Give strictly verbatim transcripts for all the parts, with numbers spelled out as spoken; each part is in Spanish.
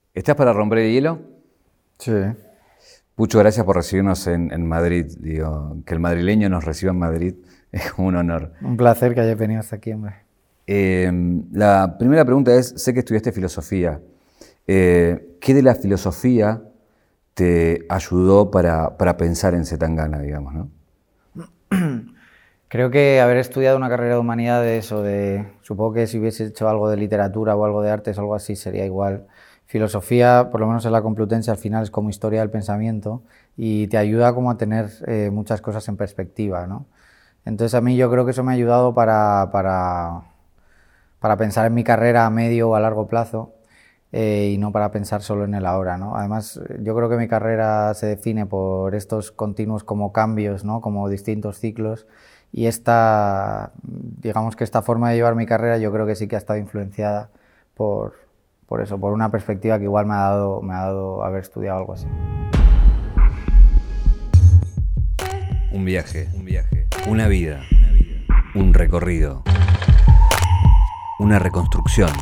¿Estás para romper el hielo? Sí. Pucho, gracias por recibirnos en, en Madrid. Digo, que el madrileño nos reciba en Madrid es como un honor. Un placer que hayas venido hasta aquí, hombre. Eh, la primera pregunta es, sé que estudiaste filosofía. Eh, ¿Qué de la filosofía te ayudó para, para pensar en Zetangana, digamos, ¿no? Creo que haber estudiado una carrera de humanidades o de... Supongo que si hubiese hecho algo de literatura o algo de artes o algo así sería igual. Filosofía, por lo menos en la Complutense, al final es como historia del pensamiento y te ayuda como a tener eh, muchas cosas en perspectiva, ¿no? Entonces a mí yo creo que eso me ha ayudado para, para, para pensar en mi carrera a medio o a largo plazo eh, y no para pensar solo en el ahora, ¿no? Además, yo creo que mi carrera se define por estos continuos como cambios, ¿no? Como distintos ciclos. Y esta, digamos que esta forma de llevar mi carrera yo creo que sí que ha estado influenciada por, por eso, por una perspectiva que igual me ha dado, me ha dado haber estudiado algo así. Un viaje, un viaje, una vida, un recorrido, una reconstrucción.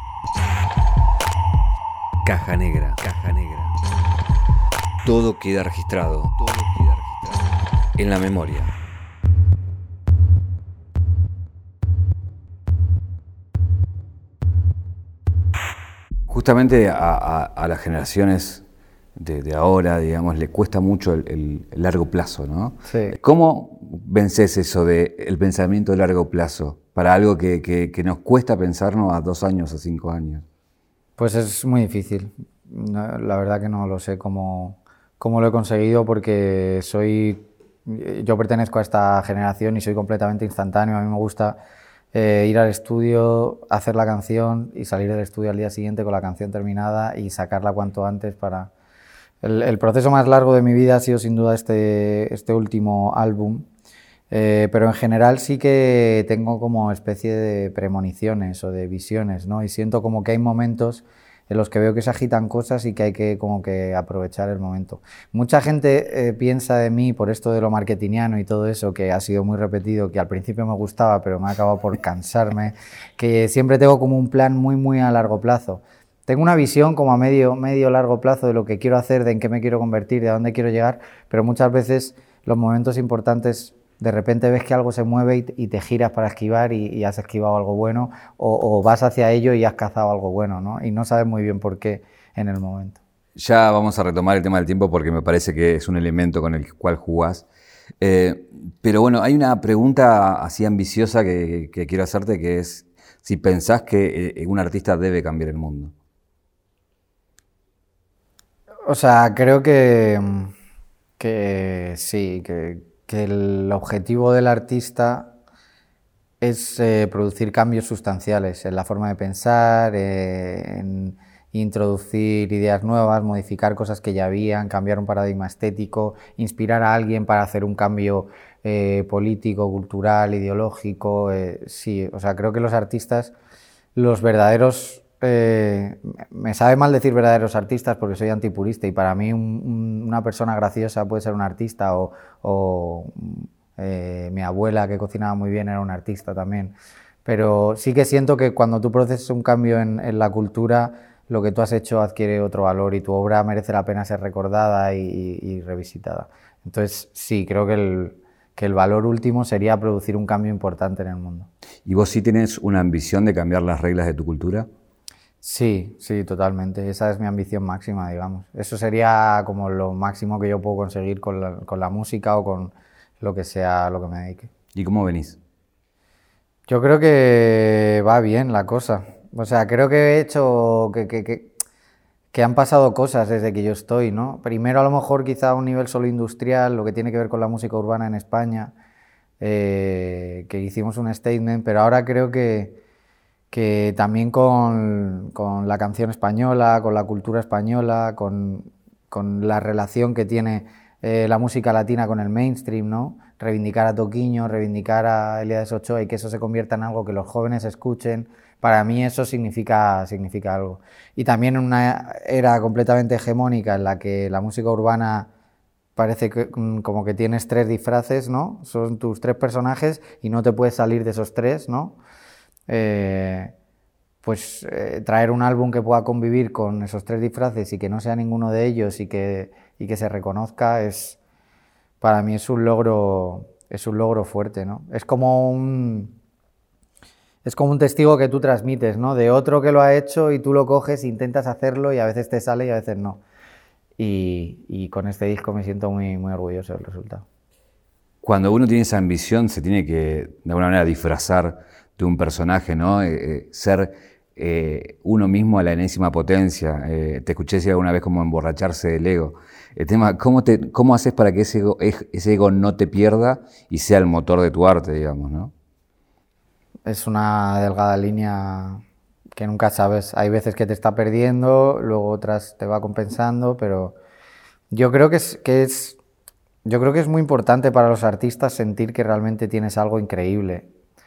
Caja negra, caja negra. Todo queda registrado, todo queda registrado en la memoria. Justamente a, a, a las generaciones de, de ahora, digamos, le cuesta mucho el, el, el largo plazo, ¿no? Sí. ¿Cómo vences eso del pensamiento de largo plazo para algo que, que, que nos cuesta pensarnos a dos años, a cinco años? Pues es muy difícil. No, la verdad que no lo sé cómo, cómo lo he conseguido porque soy, yo pertenezco a esta generación y soy completamente instantáneo. A mí me gusta eh, ir al estudio, hacer la canción y salir del estudio al día siguiente con la canción terminada y sacarla cuanto antes para... El, el proceso más largo de mi vida ha sido sin duda este, este último álbum. Eh, pero en general sí que tengo como especie de premoniciones o de visiones, ¿no? Y siento como que hay momentos en los que veo que se agitan cosas y que hay que como que aprovechar el momento. Mucha gente eh, piensa de mí por esto de lo marketingiano y todo eso, que ha sido muy repetido, que al principio me gustaba, pero me ha acabado por cansarme, que siempre tengo como un plan muy, muy a largo plazo. Tengo una visión como a medio, medio largo plazo de lo que quiero hacer, de en qué me quiero convertir, de a dónde quiero llegar, pero muchas veces los momentos importantes de repente ves que algo se mueve y, y te giras para esquivar y, y has esquivado algo bueno o, o vas hacia ello y has cazado algo bueno, ¿no? Y no sabes muy bien por qué en el momento. Ya vamos a retomar el tema del tiempo porque me parece que es un elemento con el cual jugás. Eh, pero bueno, hay una pregunta así ambiciosa que, que quiero hacerte, que es si pensás que eh, un artista debe cambiar el mundo. O sea, creo que, que sí, que, que el objetivo del artista es eh, producir cambios sustanciales en la forma de pensar, eh, en introducir ideas nuevas, modificar cosas que ya habían, cambiar un paradigma estético, inspirar a alguien para hacer un cambio eh, político, cultural, ideológico. Eh, sí, o sea, creo que los artistas, los verdaderos... Eh, me sabe mal decir verdaderos artistas porque soy antipurista y para mí un, un, una persona graciosa puede ser un artista o... o Eh, mi abuela, que cocinaba muy bien, era una artista también. Pero sí que siento que cuando tú procesas un cambio en, en la cultura, lo que tú has hecho adquiere otro valor y tu obra merece la pena ser recordada y, y, y revisitada. Entonces, sí, creo que el, que el valor último sería producir un cambio importante en el mundo. ¿Y vos sí tenés una ambición de cambiar las reglas de tu cultura? Sí, sí, totalmente. Esa es mi ambición máxima, digamos. Eso sería como lo máximo que yo puedo conseguir con la, con la música o con lo que sea a lo que me dedique. ¿Y cómo venís? Yo creo que va bien la cosa. O sea, creo que he hecho que, que, que, que han pasado cosas desde que yo estoy, ¿no? Primero a lo mejor quizá a un nivel solo industrial, lo que tiene que ver con la música urbana en España, eh, que hicimos un statement, pero ahora creo que, que también con, con la canción española, con la cultura española, con, con la relación que tiene eh, la música latina con el mainstream, ¿no? Reivindicar a Toquinho, reivindicar a Elías Ochoa y que eso se convierta en algo que los jóvenes escuchen, para mí eso significa, significa algo. Y también en una era completamente hegemónica en la que la música urbana parece que, como que tienes tres disfraces, ¿no? Son tus tres personajes y no te puedes salir de esos tres, ¿no? Eh, pues eh, traer un álbum que pueda convivir con esos tres disfraces y que no sea ninguno de ellos y que, y que se reconozca, es, para mí es un logro, es un logro fuerte, ¿no? Es como un, es como un testigo que tú transmites, ¿no? De otro que lo ha hecho y tú lo coges, intentas hacerlo y a veces te sale y a veces no. Y, y con este disco me siento muy, muy orgulloso del resultado. Cuando uno tiene esa ambición, se tiene que, de alguna manera, disfrazar de un personaje, ¿no? Eh, eh, ser eh, uno mismo a la enésima potencia. Eh, te escuché decir alguna vez como emborracharse del ego. El tema, ¿cómo, te, cómo haces para que ese ego, ese ego no te pierda y sea el motor de tu arte, digamos, ¿no? Es una delgada línea que nunca sabes. Hay veces que te está perdiendo, luego otras te va compensando, pero yo creo que es, que es, yo creo que es muy importante para los artistas sentir que realmente tienes algo increíble.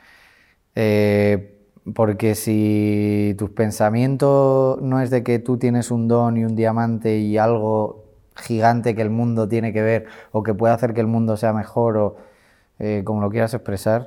Eh, porque si tu pensamiento no es de que tú tienes un don y un diamante y algo gigante que el mundo tiene que ver o que puede hacer que el mundo sea mejor o eh, como lo quieras expresar,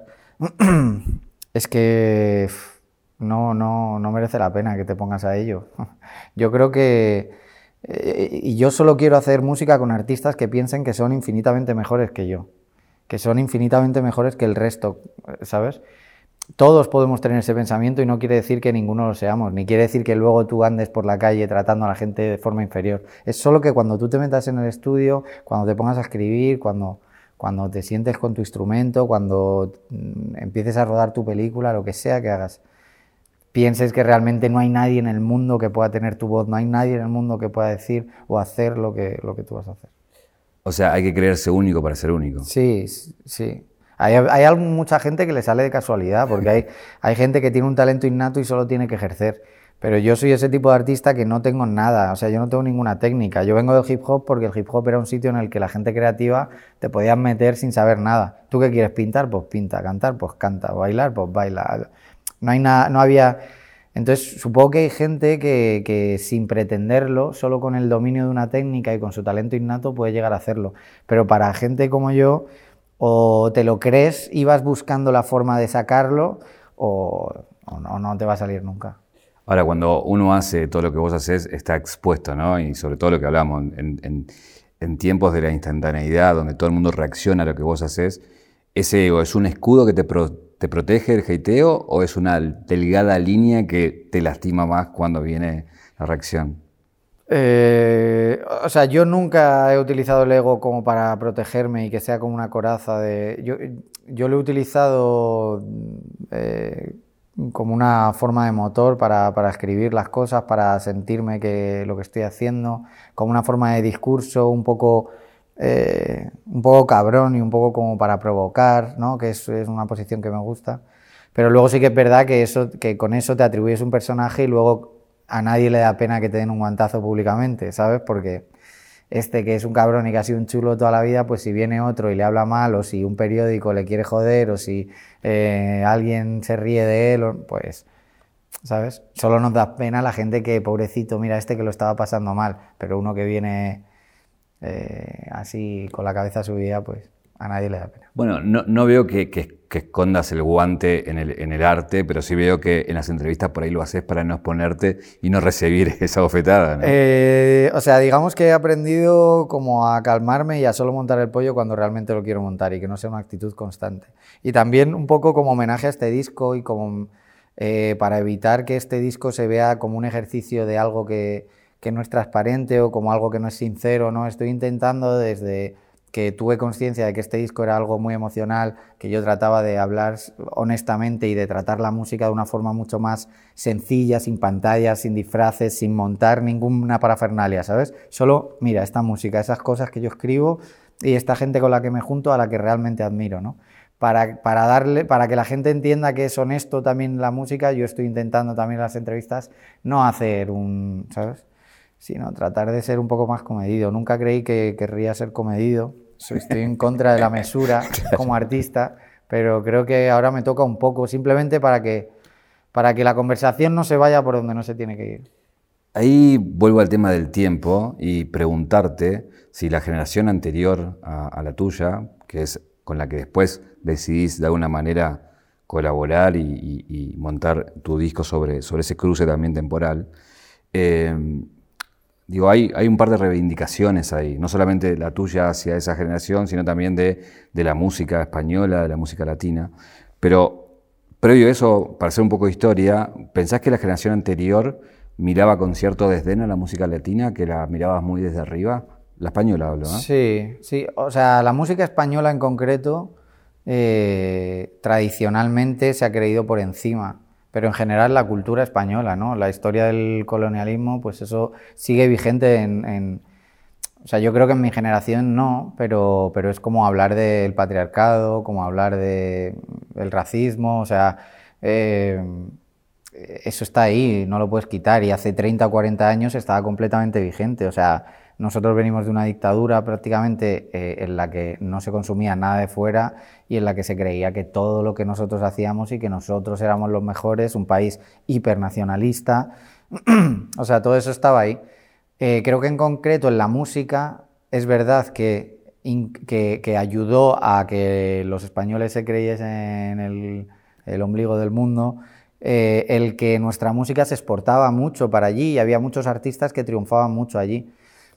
es que no, no, no merece la pena que te pongas a ello. Yo creo que... Eh, y yo solo quiero hacer música con artistas que piensen que son infinitamente mejores que yo, que son infinitamente mejores que el resto, ¿sabes? Todos podemos tener ese pensamiento y no quiere decir que ninguno lo seamos, ni quiere decir que luego tú andes por la calle tratando a la gente de forma inferior. Es solo que cuando tú te metas en el estudio, cuando te pongas a escribir, cuando, cuando te sientes con tu instrumento, cuando mm, empieces a rodar tu película, lo que sea que hagas, pienses que realmente no hay nadie en el mundo que pueda tener tu voz, no hay nadie en el mundo que pueda decir o hacer lo que, lo que tú vas a hacer. O sea, hay que creerse único para ser único. Sí, sí. Hay, hay mucha gente que le sale de casualidad, porque hay, hay gente que tiene un talento innato y solo tiene que ejercer. Pero yo soy ese tipo de artista que no tengo nada, o sea, yo no tengo ninguna técnica. Yo vengo del hip hop porque el hip hop era un sitio en el que la gente creativa te podías meter sin saber nada. ¿Tú qué quieres pintar? Pues pinta. ¿Cantar? Pues canta. ¿Bailar? Pues baila. No hay nada, no había... Entonces, supongo que hay gente que, que sin pretenderlo, solo con el dominio de una técnica y con su talento innato puede llegar a hacerlo. Pero para gente como yo, o te lo crees y vas buscando la forma de sacarlo, o, o no, no te va a salir nunca. Ahora, cuando uno hace todo lo que vos haces, está expuesto, ¿no? Y sobre todo lo que hablamos, en, en, en tiempos de la instantaneidad, donde todo el mundo reacciona a lo que vos haces, ¿ese ego es un escudo que te, pro, te protege del hateo o es una delgada línea que te lastima más cuando viene la reacción? Eh, o sea, yo nunca he utilizado el ego como para protegerme y que sea como una coraza de... Yo, yo lo he utilizado eh, como una forma de motor para, para escribir las cosas, para sentirme que lo que estoy haciendo, como una forma de discurso un poco, eh, un poco cabrón y un poco como para provocar, ¿no? Que es, es una posición que me gusta. Pero luego sí que es verdad que, eso, que con eso te atribuyes un personaje y luego... a nadie le da pena que te den un guantazo públicamente, ¿sabes? Porque este que es un cabrón y que ha sido un chulo toda la vida, pues si viene otro y le habla mal, o si un periódico le quiere joder, o si eh, alguien se ríe de él, pues, ¿sabes? Solo nos da pena la gente que, pobrecito, mira este que lo estaba pasando mal, pero uno que viene eh, así con la cabeza subida, pues a nadie le da pena. Bueno, no, no veo que, que, que escondas el guante en el, en el arte, pero sí veo que en las entrevistas por ahí lo haces para no exponerte y no recibir esa bofetada, ¿no? Eh, o sea, digamos que he aprendido como a calmarme y a solo montar el pollo cuando realmente lo quiero montar y que no sea una actitud constante. Y también un poco como homenaje a este disco y como eh, para evitar que este disco se vea como un ejercicio de algo que, que no es transparente o como algo que no es sincero, ¿no? Estoy intentando desde... que tuve conciencia de que este disco era algo muy emocional, que yo trataba de hablar honestamente y de tratar la música de una forma mucho más sencilla, sin pantallas, sin disfraces, sin montar ninguna parafernalia, ¿sabes? Solo, mira, esta música, esas cosas que yo escribo y esta gente con la que me junto a la que realmente admiro, ¿no? Para, para, darle, para que la gente entienda que es honesto también la música, yo estoy intentando también en las entrevistas no hacer un, ¿sabes? Sino tratar de ser un poco más comedido. Nunca creí que querría ser comedido. Estoy en contra de la mesura como artista, pero creo que ahora me toca un poco, simplemente para que, para que la conversación no se vaya por donde no se tiene que ir. Ahí vuelvo al tema del tiempo y preguntarte si la generación anterior a, a la tuya, que es con la que después decidís de alguna manera colaborar y, y, y montar tu disco sobre, sobre ese cruce también temporal. Eh, digo, hay, hay un par de reivindicaciones ahí, no solamente la tuya hacia esa generación, sino también de, de la música española, de la música latina. Pero previo a eso, para hacer un poco de historia, ¿pensás que la generación anterior miraba con cierto desdén a la música latina, que la mirabas muy desde arriba? La española hablo, ¿eh? Sí, sí, o sea, la música española en concreto eh, tradicionalmente se ha creído por encima, pero en general la cultura española, ¿no? La historia del colonialismo, pues eso sigue vigente en... en o sea, yo creo que en mi generación no, pero, pero es como hablar del patriarcado, como hablar de, del racismo, o sea, eh, eso está ahí, no lo puedes quitar, y hace treinta o cuarenta años estaba completamente vigente, o sea, nosotros venimos de una dictadura prácticamente eh, en la que no se consumía nada de fuera y en la que se creía que todo lo que nosotros hacíamos y que nosotros éramos los mejores, un país hipernacionalista, o sea, todo eso estaba ahí. Eh, creo que en concreto en la música es verdad que, in, que, que ayudó a que los españoles se creyesen en el, el ombligo del mundo, eh, el que nuestra música se exportaba mucho para allí y había muchos artistas que triunfaban mucho allí.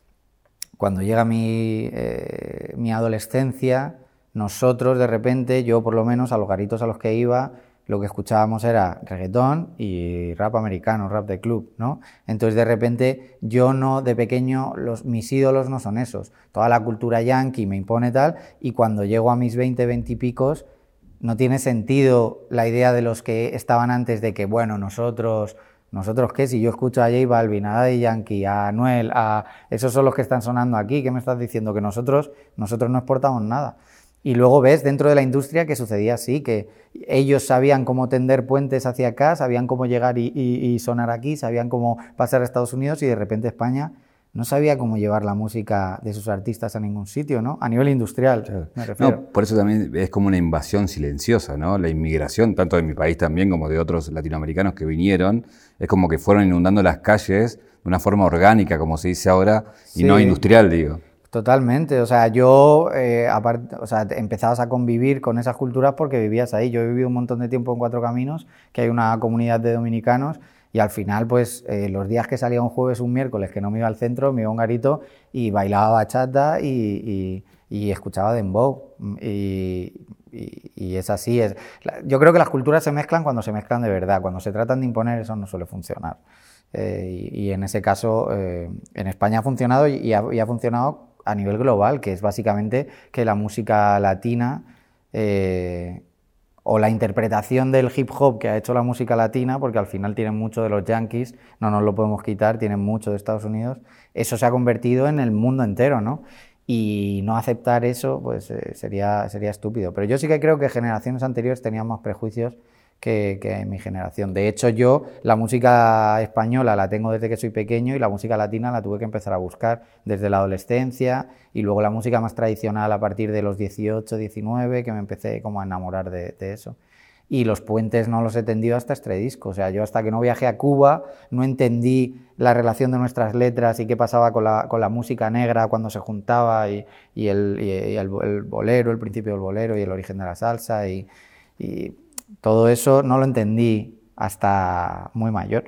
Cuando llega mi, eh, mi adolescencia, nosotros de repente, yo por lo menos a los garitos a los que iba, lo que escuchábamos era reggaetón y rap americano, rap de club, ¿no? Entonces de repente yo no, de pequeño, los, mis ídolos no son esos. Toda la cultura yankee me impone tal, y cuando llego a mis veinte, veinte y picos, no tiene sentido la idea de los que estaban antes de que, bueno, nosotros... ¿Nosotros qué? Si yo escucho a J Balvin, a Daddy Yankee, a Anuel, a... esos son los que están sonando aquí, ¿qué me estás diciendo? Que nosotros, nosotros no exportamos nada. Y luego ves dentro de la industria que sucedía así, que ellos sabían cómo tender puentes hacia acá, sabían cómo llegar y, y, y sonar aquí, sabían cómo pasar a Estados Unidos, y de repente España no sabía cómo llevar la música de sus artistas a ningún sitio, ¿no? A nivel industrial, claro, me refiero. No, por eso también es como una invasión silenciosa, ¿no? La inmigración, tanto de mi país también como de otros latinoamericanos que vinieron, es como que fueron inundando las calles de una forma orgánica, como se dice ahora, y sí, no industrial, digo. Totalmente, o sea, yo, eh, aparte, o sea, empezabas a convivir con esas culturas porque vivías ahí. Yo he vivido un montón de tiempo en Cuatro Caminos, que hay una comunidad de dominicanos, y al final, pues, eh, los días que salía un jueves, un miércoles, que no me iba al centro, me iba a un garito y bailaba bachata y, y, y escuchaba dembow. Y, y, y es así. Es. Yo creo que las culturas se mezclan cuando se mezclan de verdad. Cuando se tratan de imponer, eso no suele funcionar. Eh, y, y en ese caso, eh, en España ha funcionado y, y, ha, y ha funcionado a nivel global, que es básicamente que la música latina... Eh, o la interpretación del hip hop que ha hecho la música latina, porque al final tienen mucho de los yankees, no nos lo podemos quitar, tienen mucho de Estados Unidos, eso se ha convertido en el mundo entero, ¿no? Y no aceptar eso, pues eh, sería, sería estúpido. Pero yo sí que creo que generaciones anteriores tenían más prejuicios que, que en mi generación. De hecho, yo la música española la tengo desde que soy pequeño y la música latina la tuve que empezar a buscar desde la adolescencia, y luego la música más tradicional a partir de los dieciocho, diecinueve, que me empecé como a enamorar de, de eso. Y los puentes no los he entendido hasta este disco. O sea, yo hasta que no viajé a Cuba no entendí la relación de nuestras letras y qué pasaba con la, con la música negra cuando se juntaba, y, y, el, y, y el, el bolero, el principio del bolero y el origen de la salsa, y, y todo eso no lo entendí hasta muy mayor.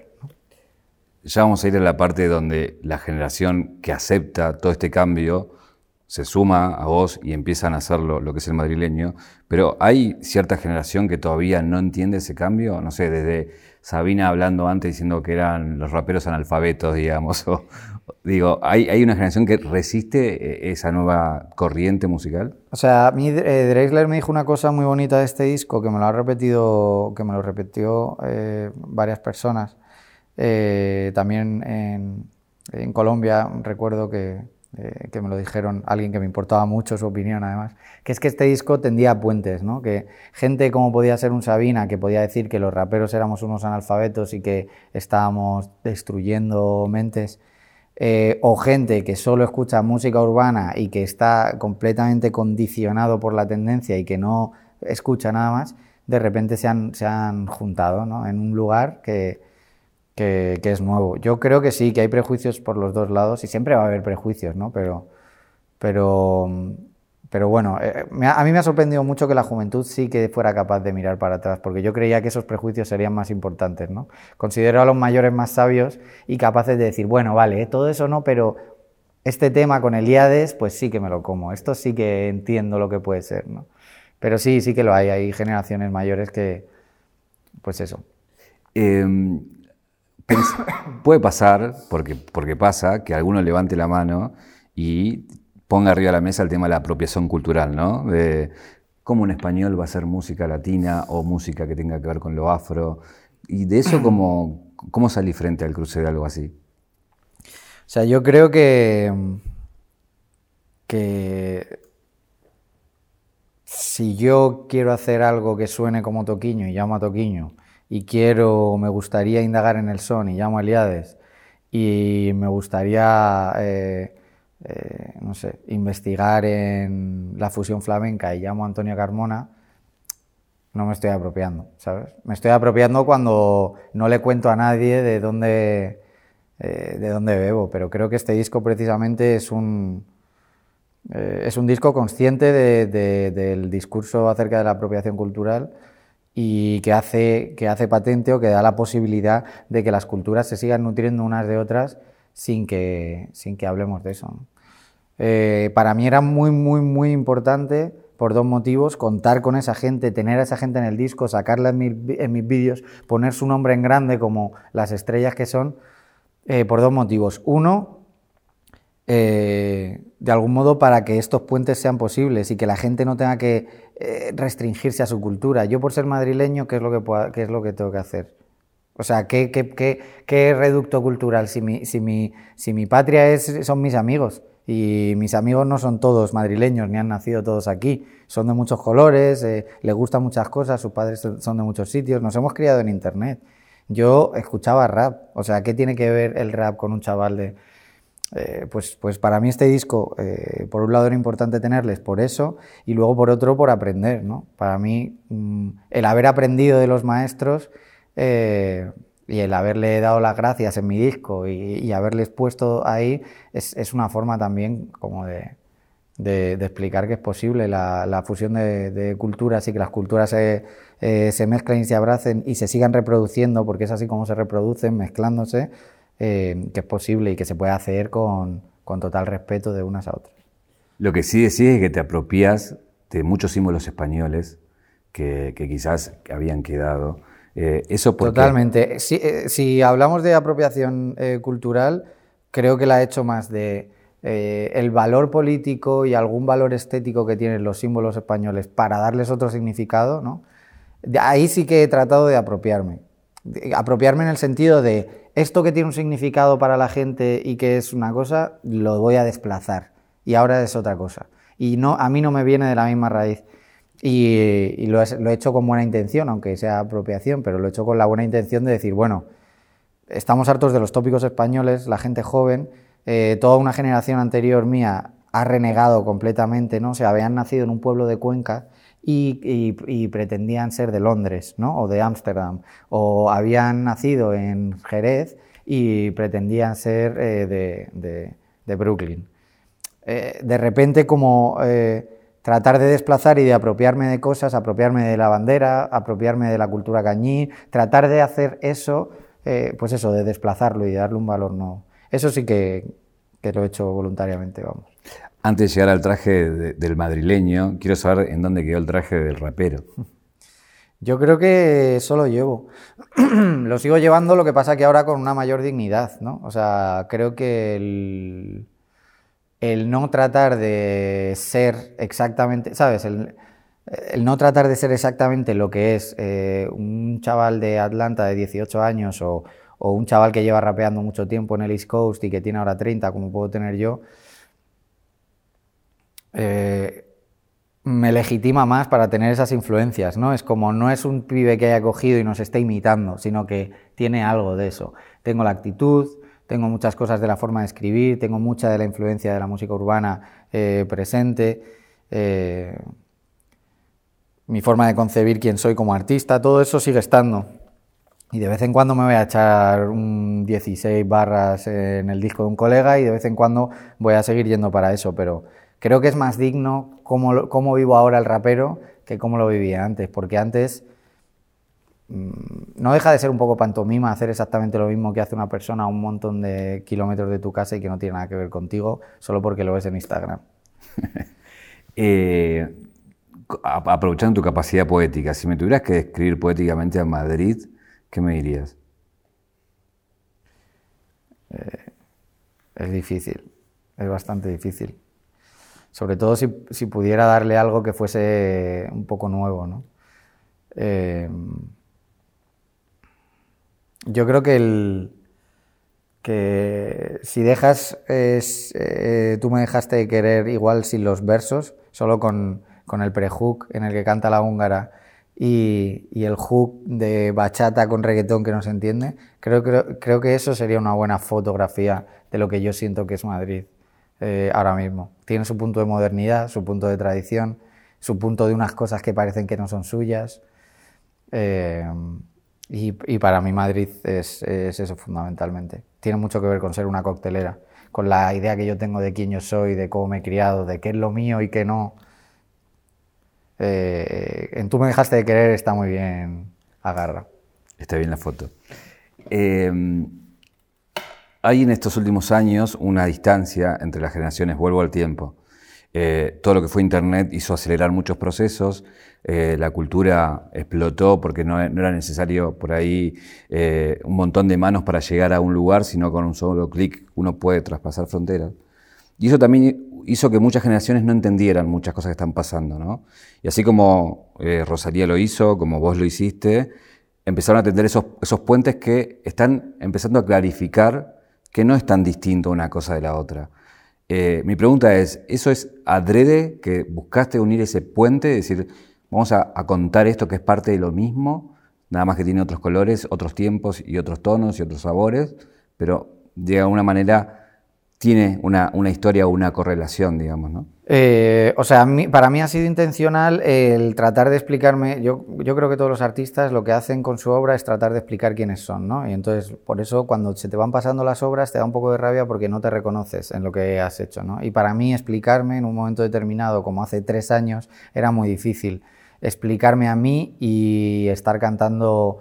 Ya vamos a ir a la parte donde la generación que acepta todo este cambio se suma a vos y empiezan a hacer lo, lo que es el madrileño, pero hay cierta generación que todavía no entiende ese cambio, no sé, desde Sabina hablando antes diciendo que eran los raperos analfabetos, digamos, o, digo, ¿hay, hay una generación que resiste esa nueva corriente musical? O sea, a mí eh, Drexler me dijo una cosa muy bonita de este disco, que me lo ha repetido, que me lo repitió eh, varias personas, eh, también en, en Colombia, recuerdo que Eh, que me lo dijeron, alguien que me importaba mucho su opinión además, que es que este disco tendía puentes, ¿no? Que gente como podía ser un Sabina, que podía decir que los raperos éramos unos analfabetos y que estábamos destruyendo mentes, eh, o gente que solo escucha música urbana y que está completamente condicionado por la tendencia y que no escucha nada más, de repente se han, se han juntado, ¿no? En un lugar que Que, que es nuevo. Yo creo que sí, que hay prejuicios por los dos lados, y siempre va a haber prejuicios, ¿no? Pero, pero, Pero bueno, eh, me ha, a mí me ha sorprendido mucho que la juventud sí que fuera capaz de mirar para atrás, porque yo creía que esos prejuicios serían más importantes, ¿no? Considero a los mayores más sabios y capaces de decir, bueno, vale, todo eso no, pero este tema con Elíades, pues sí que me lo como, esto sí que entiendo lo que puede ser, ¿no? Pero sí, sí que lo hay, hay generaciones mayores que, pues eso. Eh, puede pasar, porque, porque pasa, que alguno levante la mano y ponga arriba de la mesa el tema de la apropiación cultural, ¿no? De cómo un español va a hacer música latina o música que tenga que ver con lo afro. Y de eso, ¿cómo, cómo salí frente al cruce de algo así? O sea, yo creo que, que si yo quiero hacer algo que suene como Toquiño y llamo a Toquiño, y quiero, me gustaría indagar en el son y llamo a Elíades, y me gustaría... Eh, Eh, no sé, investigar en la fusión flamenca y llamo a Antonio Carmona, no me estoy apropiando, ¿sabes? Me estoy apropiando cuando no le cuento a nadie de dónde, eh, de dónde bebo, pero creo que este disco precisamente es un, eh, es un disco consciente de, de, del discurso acerca de la apropiación cultural y que hace, que hace patente o que da la posibilidad de que las culturas se sigan nutriendo unas de otras sin que, sin que hablemos de eso, ¿no? Eh, para mí era muy, muy, muy importante, por dos motivos, contar con esa gente, tener a esa gente en el disco, sacarla en, mi, en mis vídeos, poner su nombre en grande como las estrellas que son, eh, por dos motivos. Uno, eh, de algún modo para que estos puentes sean posibles y que la gente no tenga que eh, restringirse a su cultura. Yo por ser madrileño, ¿qué es lo que, pueda, qué es lo que tengo que hacer? O sea, ¿qué, qué, qué, qué reducto cultural? Si mi, si mi, si mi patria es, son mis amigos. Y mis amigos no son todos madrileños, ni han nacido todos aquí. Son de muchos colores, eh, les gustan muchas cosas, sus padres son de muchos sitios. Nos hemos criado en internet. Yo escuchaba rap. O sea, ¿qué tiene que ver el rap con un chaval de...? Eh, pues, pues para mí este disco, eh, por un lado era importante tenerles por eso, y luego por otro por aprender, ¿no? Para mí, mmm, el haber aprendido de los maestros... Eh, y el haberle dado las gracias en mi disco y, y haberles puesto ahí es, es una forma también como de, de, de explicar que es posible la, la fusión de, de culturas y que las culturas se, eh, se mezclen y se abracen y se sigan reproduciendo, porque es así como se reproducen, mezclándose, eh, que es posible y que se puede hacer con, con total respeto de unas a otras. Lo que sí decís es que te apropias de muchos símbolos españoles que, que quizás habían quedado. Eh, eso porque... Totalmente. Si, eh, si hablamos de apropiación eh, cultural, creo que la he hecho más de eh, el valor político y algún valor estético que tienen los símbolos españoles para darles otro significado, ¿no? De ahí sí que he tratado de apropiarme. De, apropiarme en el sentido de esto que tiene un significado para la gente y que es una cosa, lo voy a desplazar y ahora es otra cosa. Y no, a mí no me viene de la misma raíz. Y, y lo, he, lo he hecho con buena intención, aunque sea apropiación, pero lo he hecho con la buena intención de decir, bueno, estamos hartos de los tópicos españoles, la gente joven, eh, toda una generación anterior mía ha renegado completamente, ¿no? O sea, habían nacido en un pueblo de Cuenca y, y, y pretendían ser de Londres, ¿no? O de Ámsterdam, o habían nacido en Jerez y pretendían ser eh, de, de, de Brooklyn. Eh, de repente, como... Eh, tratar de desplazar y de apropiarme de cosas, apropiarme de la bandera, apropiarme de la cultura cañí, tratar de hacer eso, eh, pues eso, de desplazarlo y darle un valor nuevo. Eso sí que, que lo he hecho voluntariamente, vamos. Antes de llegar al traje de, del madrileño, quiero saber en dónde quedó el traje del rapero. Yo creo que eso lo llevo. Lo sigo llevando, lo que pasa que ahora con una mayor dignidad, ¿no? O sea, creo que el... el no tratar de ser exactamente, ¿sabes? El, el no tratar de ser exactamente lo que es eh, un chaval de Atlanta de dieciocho años o, o un chaval que lleva rapeando mucho tiempo en el East Coast y que tiene ahora treinta, como puedo tener yo, eh, me legitima más para tener esas influencias, ¿no? Es como, no es un pibe que haya cogido y nos esté imitando, sino que tiene algo de eso. Tengo la actitud, tengo muchas cosas de la forma de escribir, tengo mucha de la influencia de la música urbana eh, presente, eh, mi forma de concebir quién soy como artista, todo eso sigue estando. Y de vez en cuando me voy a echar un dieciséis barras en el disco de un colega y de vez en cuando voy a seguir yendo para eso, pero Creo que es más digno cómo, cómo vivo ahora el rapero que cómo lo vivía antes, porque antes mmm, no deja de ser un poco pantomima hacer exactamente lo mismo que hace una persona a un montón de kilómetros de tu casa y que no tiene nada que ver contigo, solo porque lo ves en Instagram. eh, aprovechando tu capacidad poética, si me tuvieras que describir poéticamente a Madrid, ¿qué me dirías? Eh, es difícil, es bastante difícil. Sobre todo si, si pudiera darle algo que fuese un poco nuevo, ¿no? Eh, yo creo que, el, que si dejas, es, eh, tú me dejaste de querer igual sin los versos, solo con, con el pre-hook en el que canta la húngara y, y el hook de bachata con reggaetón que no se entiende, creo, creo, creo que eso sería una buena fotografía de lo que yo siento que es Madrid. Eh, ahora mismo. Tiene su punto de modernidad, su punto de tradición, su punto de unas cosas que parecen que no son suyas. Eh, y, y para mí Madrid es, es eso fundamentalmente. Tiene mucho que ver con ser una coctelera, con la idea que yo tengo de quién yo soy, de cómo me he criado, de qué es lo mío y qué no. Eh, en Tú me dejaste de querer está muy bien, agarra. Está bien la foto. Eh, Hay en estos últimos años una distancia entre las generaciones, vuelvo al tiempo. Eh, todo lo que fue Internet hizo acelerar muchos procesos, eh, la cultura explotó porque no, no era necesario por ahí eh, un montón de manos para llegar a un lugar, sino con un solo clic uno puede traspasar fronteras. Y eso también hizo que muchas generaciones no entendieran muchas cosas que están pasando, ¿no? Y así como eh, Rosalía lo hizo, como vos lo hiciste, empezaron a tender esos, esos puentes que están empezando a clarificar que no es tan distinto una cosa de la otra. Eh, mi pregunta es, ¿eso es adrede que buscaste unir ese puente? Es decir, vamos a, a contar esto que es parte de lo mismo, nada más que tiene otros colores, otros tiempos y otros tonos y otros sabores, pero de alguna manera tiene una, una historia o una correlación, digamos, ¿no? Eh, o sea, mi, para mí ha sido intencional el tratar de explicarme. Yo, yo creo que todos los artistas lo que hacen con su obra es tratar de explicar quiénes son, ¿no? Y entonces, por eso, cuando se te van pasando las obras, te da un poco de rabia porque no te reconoces en lo que has hecho, ¿no? Y para mí, explicarme en un momento determinado, como hace tres años, era muy difícil. Explicarme a mí y estar cantando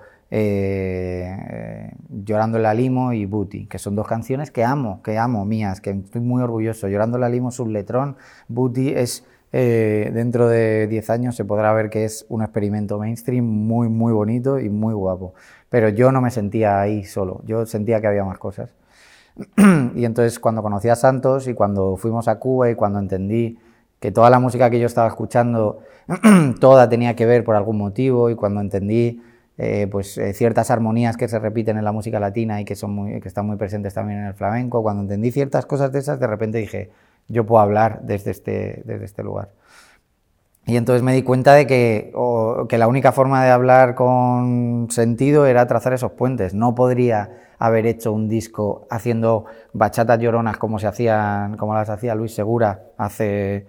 Eh, Llorando en la Limo y Booty, que son dos canciones que amo, que amo, mías, que estoy muy orgulloso. Llorando en la Limo es un letrón, Booty es, eh, dentro de diez años se podrá ver que es un experimento mainstream muy, muy bonito y muy guapo. Pero yo no me sentía ahí solo, yo sentía que había más cosas. Y entonces cuando conocí a Santos y cuando fuimos a Cuba y cuando entendí que toda la música que yo estaba escuchando, toda tenía que ver por algún motivo, y cuando entendí Eh, pues eh, ciertas armonías que se repiten en la música latina y que, son muy, que están muy presentes también en el flamenco, cuando entendí ciertas cosas de esas, de repente dije, yo puedo hablar desde este, desde este lugar. Y entonces me di cuenta de que, o, que la única forma de hablar con sentido era trazar esos puentes. No podría haber hecho un disco haciendo bachatas lloronas como, se hacían, como las hacía Luis Segura hace...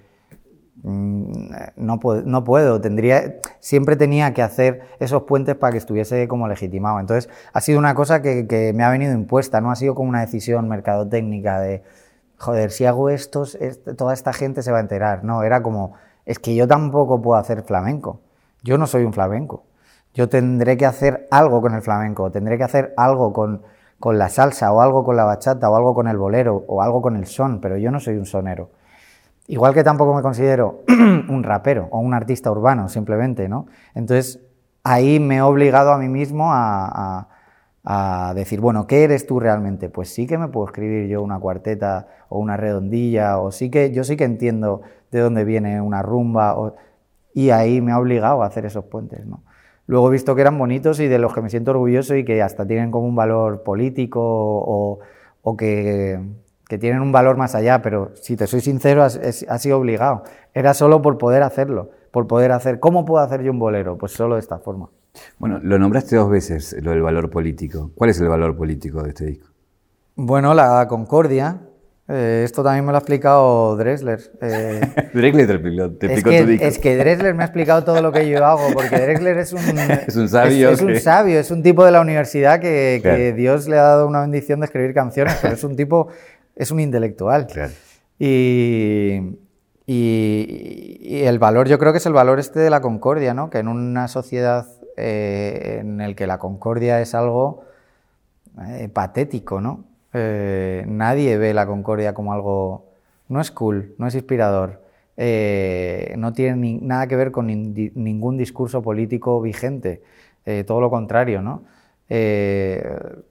No puedo, no puedo, tendría, siempre tenía que hacer esos puentes para que estuviese como legitimado. Entonces ha sido una cosa que, que me ha venido impuesta, no ha sido como una decisión mercadotécnica de, joder, si hago esto, toda esta gente se va a enterar. No, era como, es que yo tampoco puedo hacer flamenco, yo no soy un flamenco, yo tendré que hacer algo con el flamenco, tendré que hacer algo con, con la salsa, o algo con la bachata, o algo con el bolero, o algo con el son, pero yo no soy un sonero. Igual que tampoco me considero un rapero o un artista urbano, simplemente, ¿no? Entonces, ahí me he obligado a mí mismo a, a, a decir, bueno, ¿qué eres tú realmente? Pues sí que me puedo escribir yo una cuarteta o una redondilla, o sí que yo sí que entiendo de dónde viene una rumba, o, y ahí me ha obligado a hacer esos puentes, ¿no? Luego he visto que eran bonitos y de los que me siento orgulloso y que hasta tienen como un valor político o, o que... que tienen un valor más allá, pero si te soy sincero, ha, ha sido obligado. Era solo por poder hacerlo, por poder hacer... ¿Cómo puedo hacer yo un bolero? Pues solo de esta forma. Bueno, lo nombraste dos veces, lo del valor político. ¿Cuál es el valor político de este disco? Bueno, la concordia. Eh, esto también me lo ha explicado Drexler. Eh, Drexler te explicó, te explicó es que, tu disco. Es que Drexler me ha explicado todo lo que yo hago, porque Drexler es un... es un sabio. Es, es un sabio, es un tipo de la universidad que, claro. que Dios le ha dado una bendición de escribir canciones, pero es un tipo... es un intelectual. Claro. Y, Y, y el valor, yo creo que es el valor este de la concordia, ¿no? Que en una sociedad eh, en la que la concordia es algo eh, patético, ¿no? Eh, nadie ve la concordia como algo... No es cool, no es inspirador, eh, no tiene ni, nada que ver con ni, ningún discurso político vigente, eh, todo lo contrario, ¿no? Eh,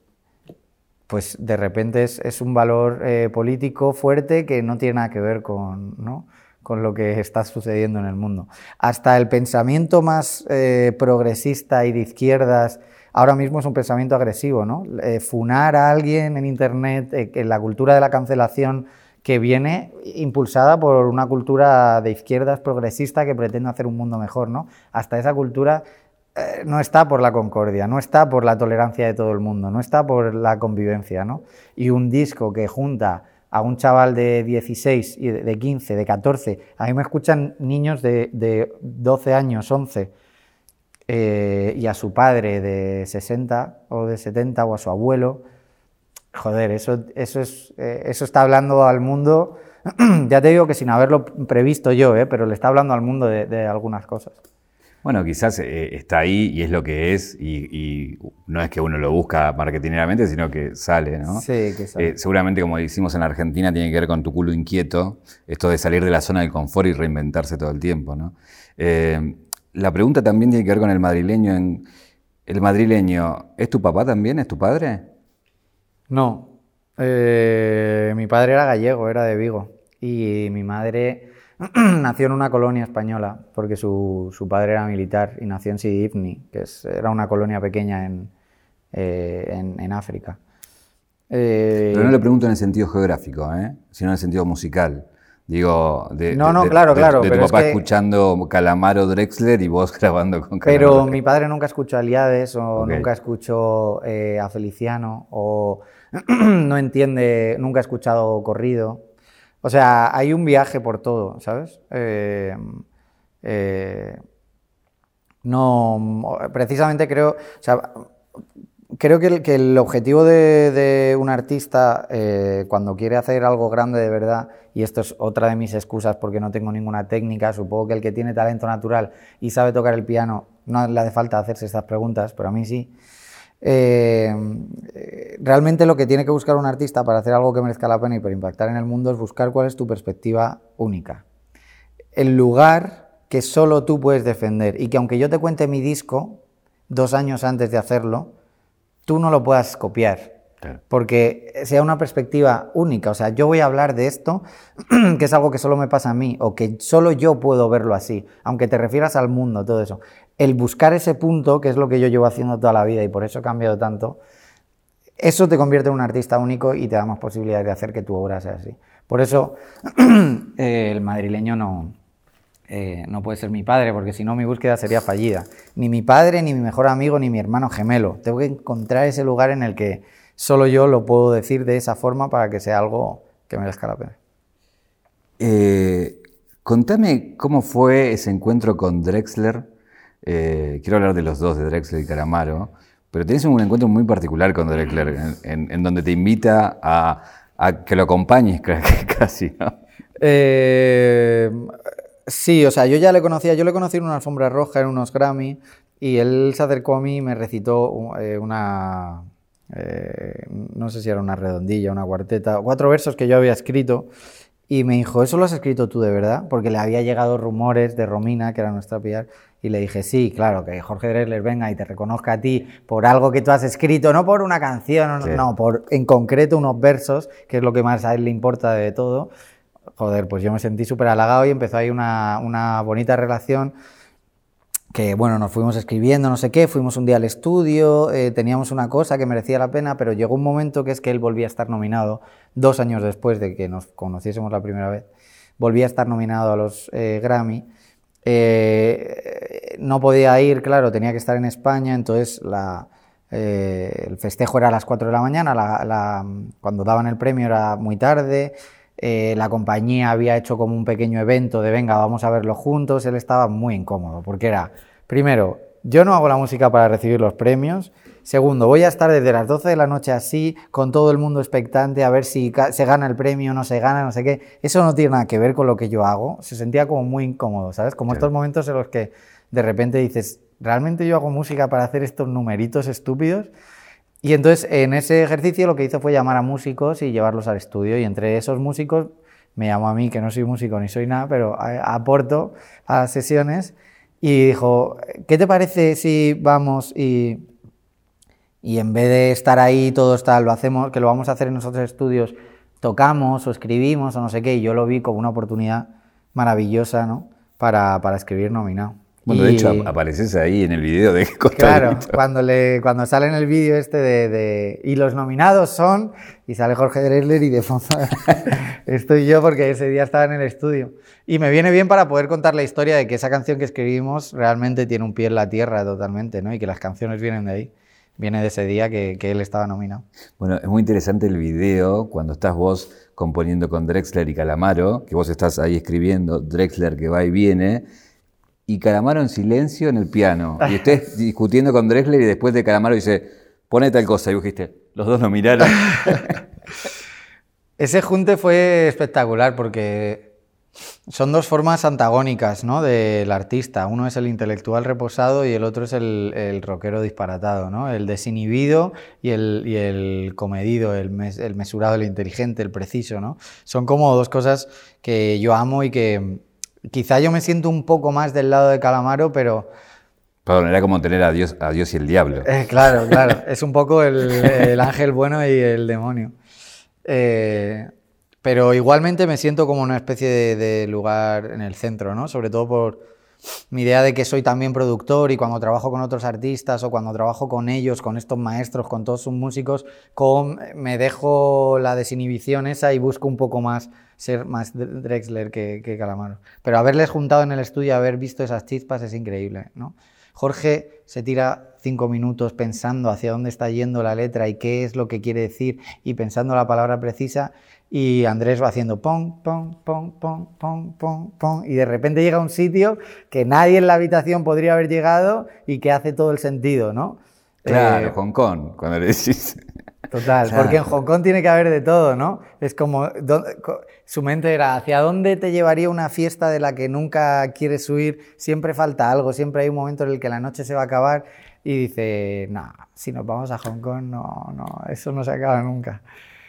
pues de repente es, es un valor eh, político fuerte que no tiene nada que ver con, ¿no? con lo que está sucediendo en el mundo. Hasta el pensamiento más eh, progresista y de izquierdas ahora mismo es un pensamiento agresivo, ¿no? Eh, funar a alguien en Internet, eh, en la cultura de la cancelación que viene impulsada por una cultura de izquierdas progresista que pretende hacer un mundo mejor, ¿no? Hasta esa cultura eh, no está por la concordia, no está por la tolerancia de todo el mundo, no está por la convivencia, ¿no? Y un disco que junta a un chaval de dieciséis, de quince, de catorce, a mí me escuchan niños de, de doce años, once, eh, y a su padre de sesenta o de setenta o a su abuelo. Joder, eso, eso, es, eh, eso está hablando al mundo, ya te digo que sin haberlo previsto yo, eh, pero le está hablando al mundo de, de algunas cosas. Bueno, quizás eh, está ahí y es lo que es y, y no es que uno lo busca marketineramente, sino que sale, ¿no? Sí, que sale. Eh, seguramente, como decimos en Argentina, tiene que ver con tu culo inquieto, esto de salir de la zona del confort y reinventarse todo el tiempo, ¿no? Eh, la pregunta también tiene que ver con el madrileño. En, ¿el madrileño es tu papá también? ¿Es tu padre? No, eh, mi padre era gallego, era de Vigo, y mi madre nació en una colonia española, porque su, su padre era militar y nació en Sidi Ifni, que es, era una colonia pequeña en, eh, en, en África. Eh, Pero no le pregunto en el sentido geográfico, ¿eh? Sino en el sentido musical. Digo, de, no, no, de, claro, de, claro, de tu pero papá es que, escuchando Calamaro Drexler y vos grabando con Calamaro pero Drexler. mi padre nunca escuchó a Aliades o Okay. nunca escuchó eh, a Feliciano o no entiende, nunca ha escuchado corrido. O sea, hay un viaje por todo, ¿sabes? Eh, eh, no, precisamente creo, o sea, creo que el, que el objetivo de, de un artista eh, cuando quiere hacer algo grande de verdad, y esto es otra de mis excusas porque no tengo ninguna técnica, supongo que el que tiene talento natural y sabe tocar el piano no le hace falta hacerse estas preguntas, pero a mí sí. Eh, realmente lo que tiene que buscar un artista para hacer algo que merezca la pena y para impactar en el mundo es buscar cuál es tu perspectiva única. El lugar que solo tú puedes defender y que aunque yo te cuente mi disco dos años antes de hacerlo, tú no lo puedas copiar, claro, porque sea una perspectiva única. O sea, yo voy a hablar de esto, que es algo que solo me pasa a mí, o que solo yo puedo verlo así, aunque te refieras al mundo, todo eso. El buscar ese punto, que es lo que yo llevo haciendo toda la vida y por eso he cambiado tanto, eso te convierte en un artista único y te da más posibilidades de hacer que tu obra sea así. Por eso eh, el madrileño no... Eh, no puede ser mi padre, porque si no mi búsqueda sería fallida. Ni mi padre, ni mi mejor amigo, ni mi hermano gemelo. Tengo que encontrar ese lugar en el que solo yo lo puedo decir de esa forma para que sea algo que merezca la pena. Eh, contame cómo fue ese encuentro con Drexler. Eh, quiero hablar de los dos, de Drexler y Calamaro, pero tenés un encuentro muy particular con Drexler, en, en, en donde te invita a, a que lo acompañes casi, ¿no? Eh... Sí, o sea, yo ya le conocía, yo le conocí en una alfombra roja, en unos Grammy, y él se acercó a mí y me recitó eh, una, eh, no sé si era una redondilla, una cuarteta, cuatro versos que yo había escrito, y me dijo, ¿eso lo has escrito tú de verdad? Porque le había llegado rumores de Romina, que era nuestra P R, y le dije, sí, claro, que Jorge Drexler venga y te reconozca a ti por algo que tú has escrito, no por una canción, no, sí. no, por en concreto unos versos, que es lo que más a él le importa de todo. Joder, pues yo me sentí súper halagado y empezó ahí una, una bonita relación que, bueno, nos fuimos escribiendo, no sé qué, fuimos un día al estudio, eh, teníamos una cosa que merecía la pena, pero llegó un momento que es que él volvía a estar nominado, dos años después de que nos conociésemos la primera vez, volvía a estar nominado a los eh, Grammy, eh, no podía ir, claro, tenía que estar en España, entonces la... Eh, el festejo era a las cuatro de la mañana, la, la, cuando daban el premio era muy tarde. Eh, la compañía había hecho como un pequeño evento de venga, vamos a verlo juntos. Él estaba muy incómodo porque era, primero, yo no hago la música para recibir los premios Segundo, voy a estar desde las doce de la noche así, con todo el mundo expectante, a ver si se gana el premio, no se gana, no sé qué. Eso no tiene nada que ver con lo que yo hago. Se sentía como muy incómodo, ¿sabes? Como estos momentos en los que de repente dices, ¿realmente yo hago música para hacer estos numeritos estúpidos? Y entonces en ese ejercicio lo que hice fue llamar a músicos y llevarlos al estudio, y entre esos músicos me llamó a mí, que no soy músico ni soy nada, pero aporto a las sesiones, y dijo, ¿qué te parece si vamos y, y en vez de estar ahí todos tal, lo hacemos, que lo vamos a hacer en nosotros estudios, tocamos o escribimos o no sé qué? Y yo lo vi como una oportunidad maravillosa, ¿no? para, para escribir Nominado. Bueno, y, de hecho apareces ahí en el video de Costadito. Claro, cuando, le, cuando sale en el vídeo este de, de... Y los nominados son... Y sale Jorge Drexler y de fondo estoy yo, porque ese día estaba en el estudio. Y me viene bien para poder contar la historia de que esa canción que escribimos realmente tiene un pie en la tierra totalmente, ¿no? Y que las canciones vienen de ahí. Viene de ese día que, que él estaba nominado. Bueno, es muy interesante el video cuando estás vos componiendo con Drexler y Calamaro, que vos estás ahí escribiendo, Drexler que va y viene... Y Calamaro en silencio en el piano. Y ustedes discutiendo con Drexler y después de Calamaro dice, pone tal cosa. Y vos dijiste, los dos lo miraron. Ese junte fue espectacular porque son dos formas antagónicas, ¿no? Del artista. Uno es el intelectual reposado y el otro es el, el rockero disparatado, ¿no? El desinhibido y el, y el comedido, el, mes, el mesurado, el inteligente, el preciso, ¿no? Son como dos cosas que yo amo y que... Quizá yo me siento un poco más del lado de Calamaro, pero... Perdón, era como tener a Dios, a Dios y el diablo. Eh, claro, claro. Es un poco el, el ángel bueno y el demonio. Eh, pero igualmente me siento como una especie de, de lugar en el centro, ¿no? Sobre todo por mi idea de que soy también productor, y cuando trabajo con otros artistas o cuando trabajo con ellos, con estos maestros, con todos sus músicos, con, me dejo la desinhibición esa y busco un poco más... ser más Drexler que, que Calamaro. Pero haberles juntado en el estudio, haber visto esas chispas es increíble, ¿no? Jorge se tira cinco minutos pensando hacia dónde está yendo la letra y qué es lo que quiere decir y pensando la palabra precisa, y Andrés va haciendo pom, pom, pom, pom, pom, pom, pom, y de repente llega a un sitio que nadie en la habitación podría haber llegado y que hace todo el sentido, ¿no? Claro, eh, Hong Kong, cuando le decís... Total, claro. Porque en Hong Kong tiene que haber de todo, ¿no? Es como, ¿dónde, su mente era, ¿hacia dónde te llevaría una fiesta de la que nunca quieres huir? Siempre falta algo, siempre hay un momento en el que la noche se va a acabar, y dice, no, si nos vamos a Hong Kong, no, no, eso no se acaba nunca.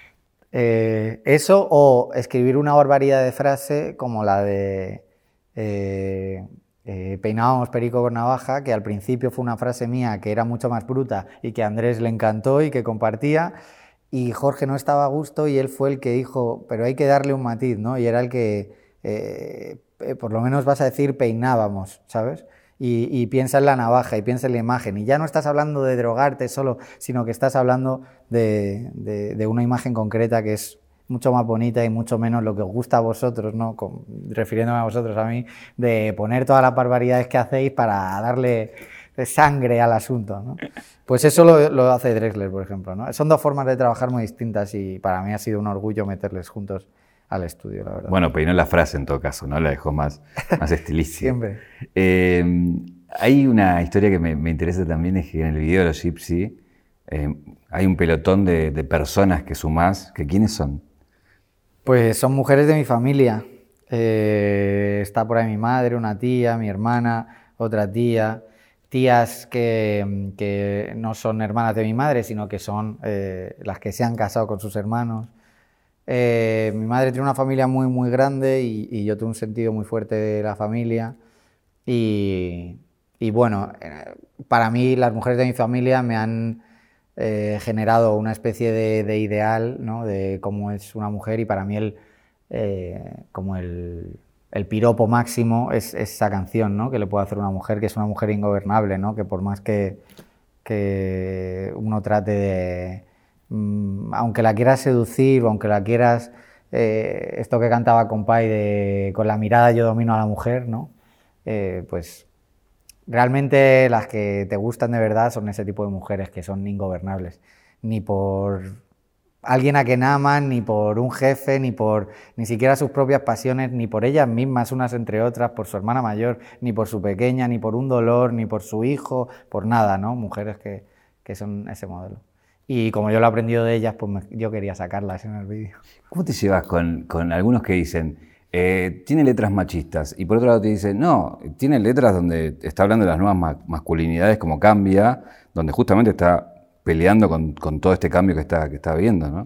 Eh, eso, o escribir una barbaridad de frase como la de... Eh, Eh, peinábamos perico con navaja, que al principio fue una frase mía que era mucho más bruta y que a Andrés le encantó y que compartía, y Jorge no estaba a gusto y él fue el que dijo, pero hay que darle un matiz, ¿no? Y era el que, eh, eh, por lo menos vas a decir peinábamos, ¿sabes? Y, y piensa en la navaja y piensa en la imagen, y ya no estás hablando de drogarte solo, sino que estás hablando de, de, de una imagen concreta que es mucho más bonita y mucho menos lo que os gusta a vosotros, ¿no? Con, refiriéndome a vosotros, a mí, de poner todas las barbaridades que hacéis para darle sangre al asunto, ¿no? Pues eso lo, lo hace Drexler, por ejemplo, ¿no? Son dos formas de trabajar muy distintas y para mí ha sido un orgullo meterles juntos al estudio, la verdad. Bueno, peinó la frase en todo caso, ¿no? La dejó más, más estilística. Siempre. Eh, hay una historia que me, me interesa también, es que en el video de los Gypsy eh, hay un pelotón de, de personas que sumás, que ¿quiénes son? Pues son mujeres de mi familia. Eh, está por ahí mi madre, una tía, mi hermana, otra tía, tías que, que no son hermanas de mi madre, sino que son eh, las que se han casado con sus hermanos. Eh, mi madre tiene una familia muy, muy grande y, y yo tengo un sentido muy fuerte de la familia. Y, y bueno, eh, para mí las mujeres de mi familia me han... Eh, generado una especie de, de ideal, ¿no? De cómo es una mujer, y para mí el, eh, como el, el piropo máximo es, es esa canción, ¿no? Que le puede hacer una mujer, que es una mujer ingobernable, ¿no? Que por más que, que uno trate de, mmm, aunque la quieras seducir o aunque la quieras, eh, esto que cantaba Compay de con la mirada yo domino a la mujer, ¿no? Eh, pues realmente las que te gustan de verdad son ese tipo de mujeres que son ingobernables, ni por alguien a quien aman, ni por un jefe, ni por ni siquiera sus propias pasiones, ni por ellas mismas unas entre otras, por su hermana mayor, ni por su pequeña, ni por un dolor, ni por su hijo, por nada, ¿no? Mujeres que, que son ese modelo. Y como yo lo he aprendido de ellas, pues me, yo quería sacarlas en el vídeo. ¿Cómo te llevas con, con algunos que dicen, eh, tiene letras machistas, y por otro lado te dicen, no, tiene letras donde está hablando de las nuevas ma masculinidades, como cambia, donde justamente está peleando con, con todo este cambio que está, que está viendo, ¿no? O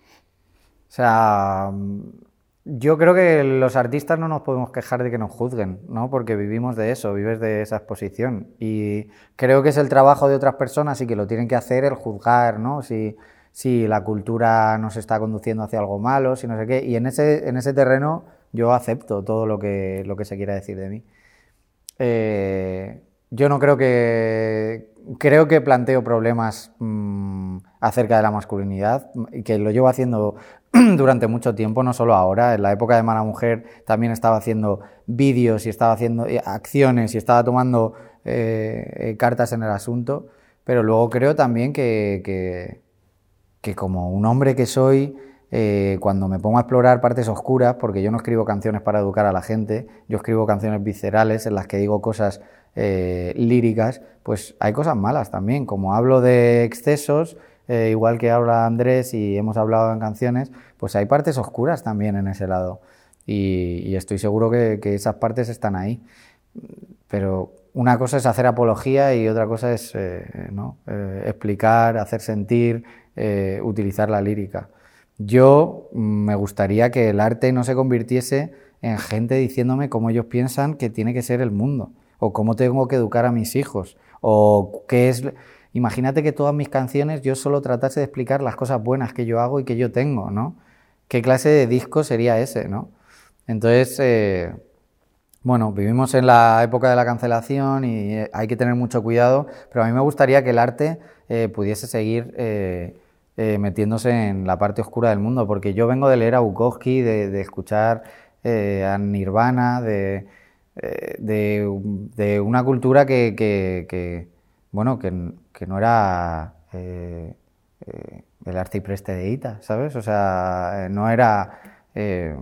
sea, yo creo que los artistas no nos podemos quejar de que nos juzguen, ¿no? Porque vivimos de eso, vives de esa exposición. Y creo que es el trabajo de otras personas y que lo tienen que hacer el juzgar, ¿no? Si, si la cultura nos está conduciendo hacia algo malo, si no sé qué. Y en ese, en ese terreno yo acepto todo lo que, lo que se quiera decir de mí. Eh, yo no creo que... Creo que planteo problemas mmm, acerca de la masculinidad y que lo llevo haciendo durante mucho tiempo, no solo ahora. En la época de Mala Mujer también estaba haciendo vídeos y estaba haciendo acciones y estaba tomando eh, cartas en el asunto, pero luego creo también que, que, que como un hombre que soy, eh, cuando me pongo a explorar partes oscuras, porque yo no escribo canciones para educar a la gente, yo escribo canciones viscerales en las que digo cosas eh, líricas, pues hay cosas malas también, como hablo de excesos, eh, igual que habla Andrés y hemos hablado en canciones, pues hay partes oscuras también en ese lado y, y estoy seguro que, que esas partes están ahí, pero una cosa es hacer apología y otra cosa es eh, ¿no? eh, explicar, hacer sentir, eh, utilizar la lírica. Yo me gustaría que el arte no se convirtiese en gente diciéndome cómo ellos piensan que tiene que ser el mundo, o cómo tengo que educar a mis hijos, o qué es... Imagínate que todas mis canciones yo solo tratase de explicar las cosas buenas que yo hago y que yo tengo, ¿no? ¿Qué clase de disco sería ese, no? Entonces, eh, bueno, vivimos en la época de la cancelación y hay que tener mucho cuidado, pero a mí me gustaría que el arte eh, pudiese seguir... Eh, Eh, metiéndose en la parte oscura del mundo, porque yo vengo de leer a Bukowski, de, de escuchar eh, a Nirvana, de, eh, de, de una cultura que, que, que bueno, que, que no era eh, eh, el arcipreste de Ita, ¿sabes? O sea, no era eh,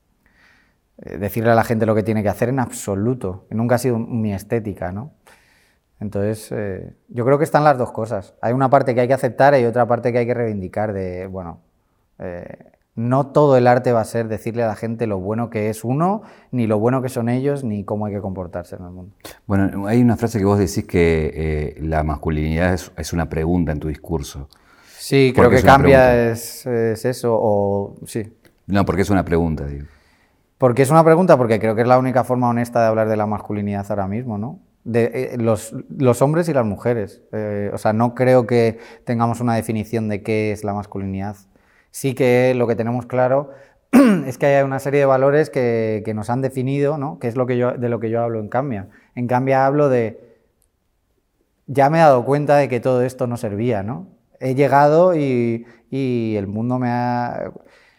decirle a la gente lo que tiene que hacer en absoluto, nunca ha sido mi estética, ¿no? Entonces, eh, yo creo que están las dos cosas. Hay una parte que hay que aceptar y hay otra parte que hay que reivindicar de, bueno, eh, no todo el arte va a ser decirle a la gente lo bueno que es uno, ni lo bueno que son ellos, ni cómo hay que comportarse en el mundo. Bueno, hay una frase que vos decís que eh, la masculinidad es, es una pregunta en tu discurso. Sí, creo que cambia es, es eso, o sí. No, porque es una pregunta, digo. ¿Por qué es una pregunta? Porque creo que es la única forma honesta de hablar de la masculinidad ahora mismo, ¿no? De, eh, los, los hombres y las mujeres. Eh, o sea, no creo que tengamos una definición de qué es la masculinidad. Sí que lo que tenemos claro es que hay una serie de valores que, que nos han definido, ¿no? Que es lo que yo, de lo que yo hablo en Cambia. En Cambia hablo de... Ya me he dado cuenta de que todo esto no servía, ¿no? He llegado y, y el mundo me ha...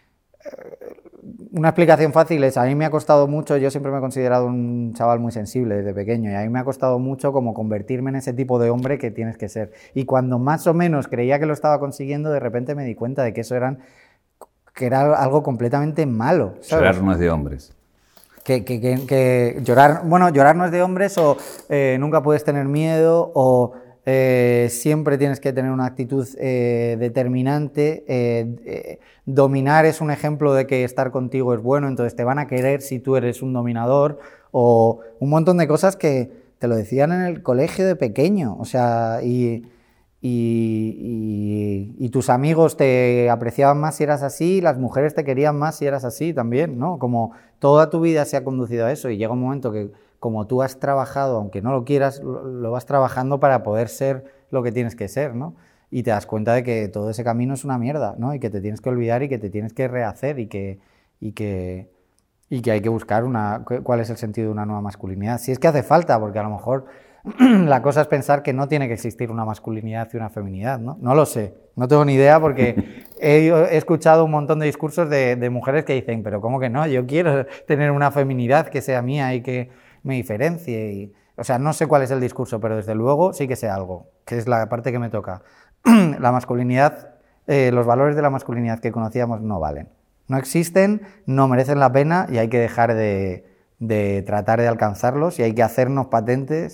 Una explicación fácil es, a mí me ha costado mucho, yo siempre me he considerado un chaval muy sensible desde pequeño y a mí me ha costado mucho como convertirme en ese tipo de hombre que tienes que ser. Y cuando más o menos creía que lo estaba consiguiendo, de repente me di cuenta de que eso eran, que era algo completamente malo, ¿sabes? Llorar no es de hombres. Que, que, que, que llorar, bueno, llorar no es de hombres o eh, nunca puedes tener miedo o... Eh, siempre tienes que tener una actitud eh, determinante, eh, eh, dominar es un ejemplo de que estar contigo es bueno, entonces te van a querer si tú eres un dominador, o un montón de cosas que te lo decían en el colegio de pequeño, o sea, y, y, y, y tus amigos te apreciaban más si eras así, las mujeres te querían más si eras así también, ¿no? Como toda tu vida se ha conducido a eso y llega un momento que como tú has trabajado, aunque no lo quieras, lo, lo vas trabajando para poder ser lo que tienes que ser, ¿no? Y te das cuenta de que todo ese camino es una mierda, ¿no? Y que te tienes que olvidar y que te tienes que rehacer y que, y que, y que hay que buscar una, cuál es el sentido de una nueva masculinidad. Si es que hace falta, porque a lo mejor la cosa es pensar que no tiene que existir una masculinidad y una feminidad, ¿no? No lo sé, no tengo ni idea porque he, he escuchado un montón de discursos de, de mujeres que dicen, pero ¿cómo que no? Yo quiero tener una feminidad que sea mía y que me diferencie. Y, o sea, no sé cuál es el discurso, pero desde luego sí que sé algo, que es la parte que me toca. La masculinidad, eh, los valores de la masculinidad que conocíamos no valen. No existen, no merecen la pena y hay que dejar de, de tratar de alcanzarlos y hay que hacernos patentes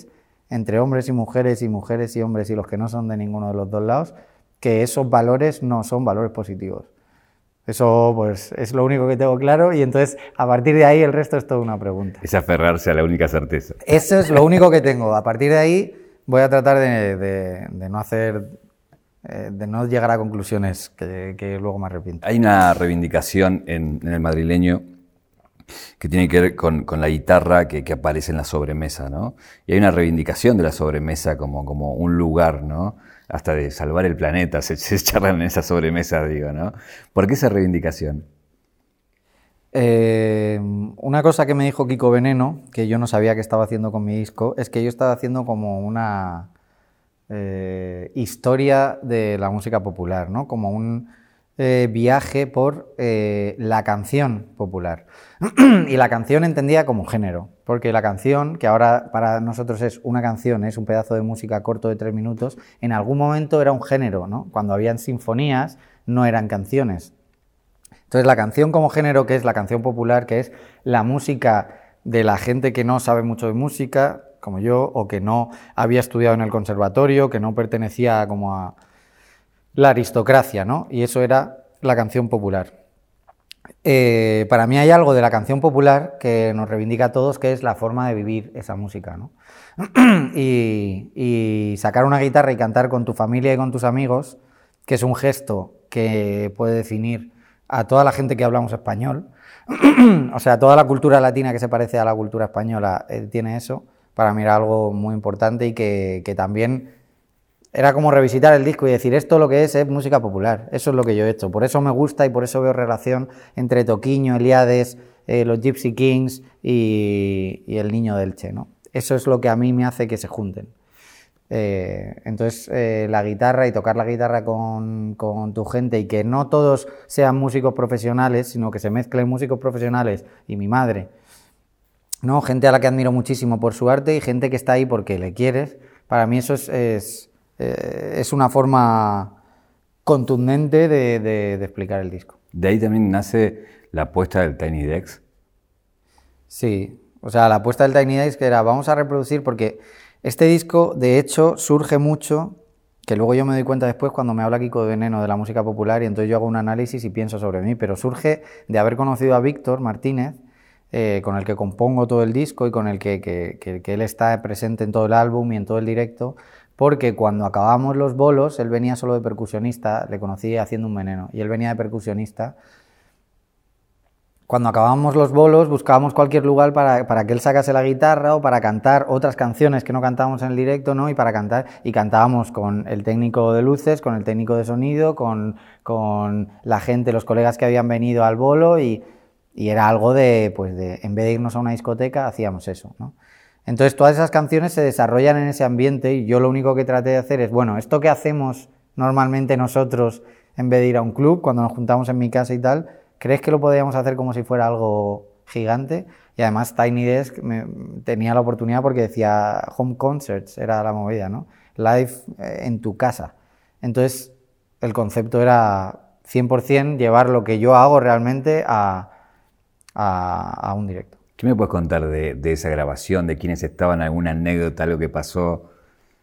entre hombres y mujeres y mujeres y hombres y los que no son de ninguno de los dos lados, que esos valores no son valores positivos. Eso pues es lo único que tengo claro y entonces a partir de ahí el resto es toda una pregunta. Es aferrarse a la única certeza. Eso es lo único que tengo. A partir de ahí voy a tratar de, de, de no hacer, eh, de no llegar a conclusiones que, que luego me arrepiento. Hay una reivindicación en, en el madrileño que tiene que ver con, con la guitarra que, que aparece en la sobremesa, ¿no? Y hay una reivindicación de la sobremesa como, como un lugar, ¿no? Hasta de salvar el planeta, se, se charlan en esa sobremesa, digo, ¿no? ¿Por qué esa reivindicación? Eh, una cosa que me dijo Kiko Veneno, que yo no sabía que estaba haciendo con mi disco, es que yo estaba haciendo como una eh, historia de la música popular, ¿no? Como un eh, viaje por eh, la canción popular. Y la canción entendía como género, porque la canción, que ahora para nosotros es una canción, es un pedazo de música corto de tres minutos, en algún momento era un género, ¿no? Cuando habían sinfonías no eran canciones. Entonces la canción como género, que es la canción popular, que es la música de la gente que no sabe mucho de música, como yo, o que no había estudiado en el conservatorio, que no pertenecía como a la aristocracia, ¿no? Y eso era la canción popular. Eh, para mí hay algo de la canción popular que nos reivindica a todos, que es la forma de vivir esa música, ¿no? y, y sacar una guitarra y cantar con tu familia y con tus amigos, que es un gesto que puede definir a toda la gente que hablamos español, o sea, toda la cultura latina que se parece a la cultura española eh, tiene eso, para mí era algo muy importante y que, que también era como revisitar el disco y decir, esto lo que es es música popular, eso es lo que yo he hecho, por eso me gusta y por eso veo relación entre Toquiño, Eliades, eh, los Gypsy Kings y, y el Niño del Che, ¿no? Eso es lo que a mí me hace que se junten. Eh, entonces eh, la guitarra y tocar la guitarra con, con tu gente y que no todos sean músicos profesionales, sino que se mezclen músicos profesionales y mi madre, ¿no? Gente a la que admiro muchísimo por su arte y gente que está ahí porque le quieres, para mí eso es, es, eh, es una forma contundente de, de, de explicar el disco. ¿De ahí también nace la apuesta del Tiny Decks? Sí, o sea, la apuesta del Tiny Decks que era vamos a reproducir porque este disco, de hecho, surge mucho, que luego yo me doy cuenta después cuando me habla Kiko Veneno de la música popular y entonces yo hago un análisis y pienso sobre mí, pero surge de haber conocido a Víctor Martínez, eh, con el que compongo todo el disco y con el que, que, que, que él está presente en todo el álbum y en todo el directo, porque cuando acabamos los bolos, él venía solo de percusionista, le conocí haciendo un veneno, y él venía de percusionista. Cuando acabábamos los bolos buscábamos cualquier lugar para, para que él sacase la guitarra o para cantar otras canciones que no cantábamos en el directo, ¿no? Y para cantar, y cantábamos con el técnico de luces, con el técnico de sonido, con, con la gente, los colegas que habían venido al bolo y, y era algo de, pues de, en vez de irnos a una discoteca, hacíamos eso, ¿no? Entonces todas esas canciones se desarrollan en ese ambiente y yo lo único que traté de hacer es, bueno, esto que hacemos normalmente nosotros en vez de ir a un club, cuando nos juntamos en mi casa y tal, ¿crees que lo podríamos hacer como si fuera algo gigante? Y además Tiny Desk me, tenía la oportunidad porque decía home concerts, era la movida, ¿no? Live eh, en tu casa. Entonces el concepto era cien por ciento llevar lo que yo hago realmente a, a, a un directo. ¿Qué me puedes contar de, de esa grabación, de quiénes estaban, alguna anécdota, algo que pasó?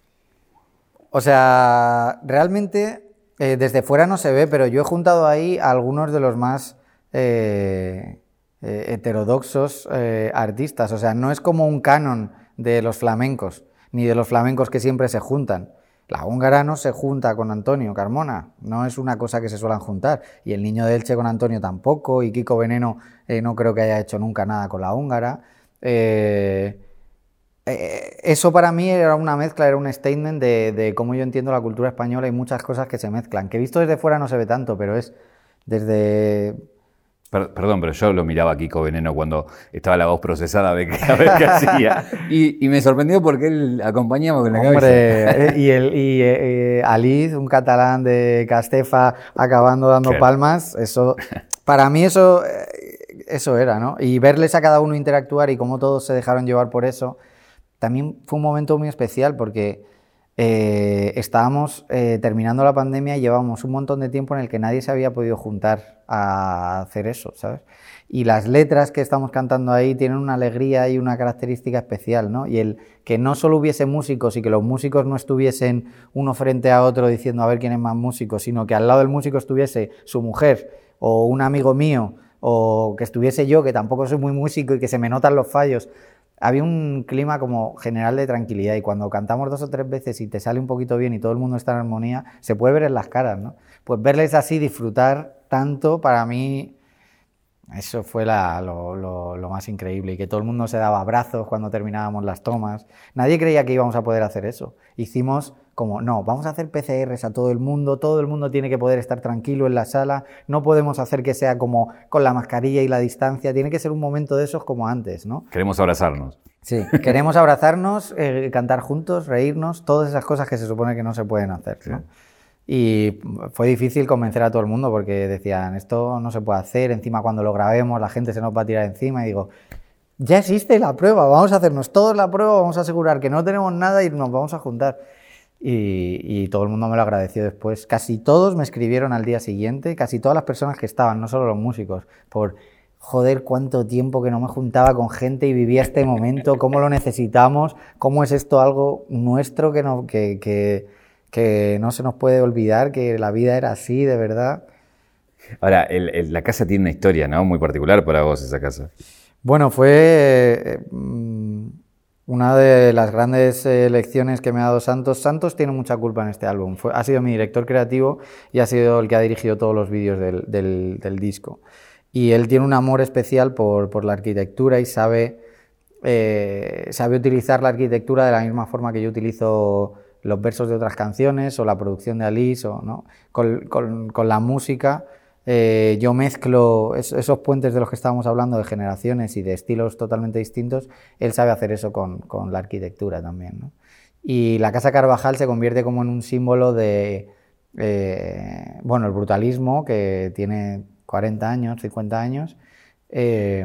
O sea, realmente eh, desde fuera no se ve, pero yo he juntado ahí a algunos de los más eh, eh, heterodoxos eh, artistas. O sea, no es como un canon de los flamencos, ni de los flamencos que siempre se juntan. La húngara no se junta con Antonio Carmona, no es una cosa que se suelen juntar. Y el Niño de Elche con Antonio tampoco, y Kiko Veneno eh, no creo que haya hecho nunca nada con la húngara. Eh, eh, eso para mí era una mezcla, era un statement de, de cómo yo entiendo la cultura española y muchas cosas que se mezclan. Que visto desde fuera no se ve tanto, pero es desde... Perdón, pero yo lo miraba a Kiko Veneno cuando estaba la voz procesada a ver qué, a ver qué hacía. Y, y me sorprendió porque él acompañaba con la Hombre, cabeza. y, el, y eh, Aliz, un catalán de Castefa, acabando dando Claro. palmas, eso, para mí eso, eso era, ¿no? Y verles a cada uno interactuar y cómo todos se dejaron llevar por eso, también fue un momento muy especial porque eh, estábamos eh, terminando la pandemia y llevábamos un montón de tiempo en el que nadie se había podido juntar a hacer eso, ¿sabes? Y las letras que estamos cantando ahí tienen una alegría y una característica especial, ¿no? Y el que no solo hubiese músicos y que los músicos no estuviesen uno frente a otro diciendo a ver quién es más músico, sino que al lado del músico estuviese su mujer o un amigo mío o que estuviese yo, que tampoco soy muy músico y que se me notan los fallos. Había un clima como general de tranquilidad y cuando cantamos dos o tres veces y te sale un poquito bien y todo el mundo está en armonía, se puede ver en las caras, ¿no? Pues verles así, disfrutar tanto, para mí eso fue la, lo, lo, lo más increíble, y que todo el mundo se daba abrazos cuando terminábamos las tomas. Nadie creía que íbamos a poder hacer eso. Hicimos como, no, vamos a hacer P C Rs a todo el mundo, todo el mundo tiene que poder estar tranquilo en la sala, no podemos hacer que sea como con la mascarilla y la distancia, tiene que ser un momento de esos como antes, ¿no? Queremos abrazarnos. Sí, queremos abrazarnos, eh, cantar juntos, reírnos, todas esas cosas que se supone que no se pueden hacer, ¿no? Sí. Y fue difícil convencer a todo el mundo porque decían, esto no se puede hacer, encima cuando lo grabemos la gente se nos va a tirar encima, y digo, ya existe la prueba, vamos a hacernos todos la prueba, vamos a asegurar que no tenemos nada y nos vamos a juntar. Y, y todo el mundo me lo agradeció después. Casi todos me escribieron al día siguiente, casi todas las personas que estaban, no solo los músicos, por joder, cuánto tiempo que no me juntaba con gente y vivía este momento, cómo lo necesitamos, cómo es esto algo nuestro que no, que, que, que no se nos puede olvidar, que la vida era así, de verdad. Ahora, el, el, la casa tiene una historia, ¿no? Muy particular para vos, esa casa. Bueno, fue eh, una de las grandes eh, lecciones que me ha dado Santos. Santos tiene mucha culpa en este álbum. Fue, ha sido mi director creativo y ha sido el que ha dirigido todos los vídeos del, del, del disco. Y él tiene un amor especial por, por la arquitectura y sabe, eh, sabe utilizar la arquitectura de la misma forma que yo utilizo los versos de otras canciones o la producción de Alice, o, ¿no? con, con, con la música. Eh, yo mezclo es, esos puentes de los que estábamos hablando, de generaciones y de estilos totalmente distintos. Él sabe hacer eso con, con la arquitectura también, ¿no? Y la Casa Carvajal se convierte como en un símbolo de, eh, bueno, el brutalismo, que tiene cuarenta años, cincuenta años, eh,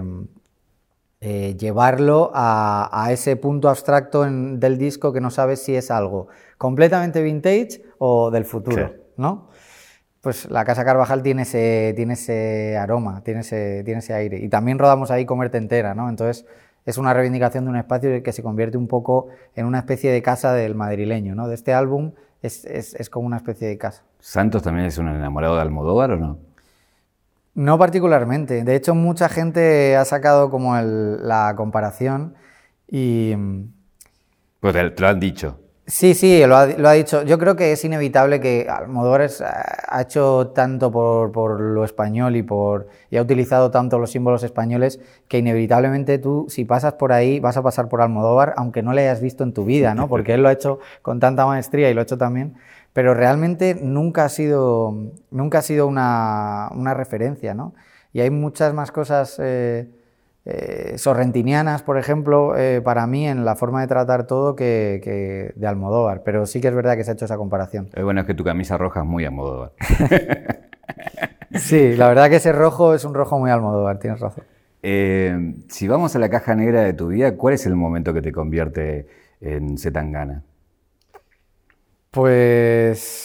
eh, llevarlo a, a ese punto abstracto en, del disco que no sabes si es algo completamente vintage o del futuro, sí, ¿no? Pues la Casa Carvajal tiene ese, tiene ese aroma, tiene ese, tiene ese aire. Y también rodamos ahí Comerte Entera, ¿no? Entonces es una reivindicación de un espacio que se convierte un poco en una especie de casa del madrileño, ¿no? De este álbum es, es, es como una especie de casa. ¿Santos también es un enamorado de Almodóvar o no? No particularmente. De hecho, mucha gente ha sacado como el, la comparación y... Pues te, te lo han dicho. Sí, sí, lo ha, lo ha dicho. Yo creo que es inevitable que Almodóvar es, ha hecho tanto por, por lo español y, por, y ha utilizado tanto los símbolos españoles que inevitablemente tú, si pasas por ahí, vas a pasar por Almodóvar, aunque no le hayas visto en tu vida, ¿no? Porque él lo ha hecho con tanta maestría y lo ha hecho también, pero realmente nunca ha sido, nunca ha sido una, una referencia, ¿no? Y hay muchas más cosas... Eh, Eh, sorrentinianas, por ejemplo, eh, para mí en la forma de tratar todo que, que de Almodóvar, pero sí que es verdad que se ha hecho esa comparación. Eh, bueno, es que tu camisa roja es muy Almodóvar. Sí, la verdad que ese rojo es un rojo muy Almodóvar, tienes razón. Eh, si vamos a la caja negra de tu vida, ¿cuál es el momento que te convierte en Zetangana? Pues...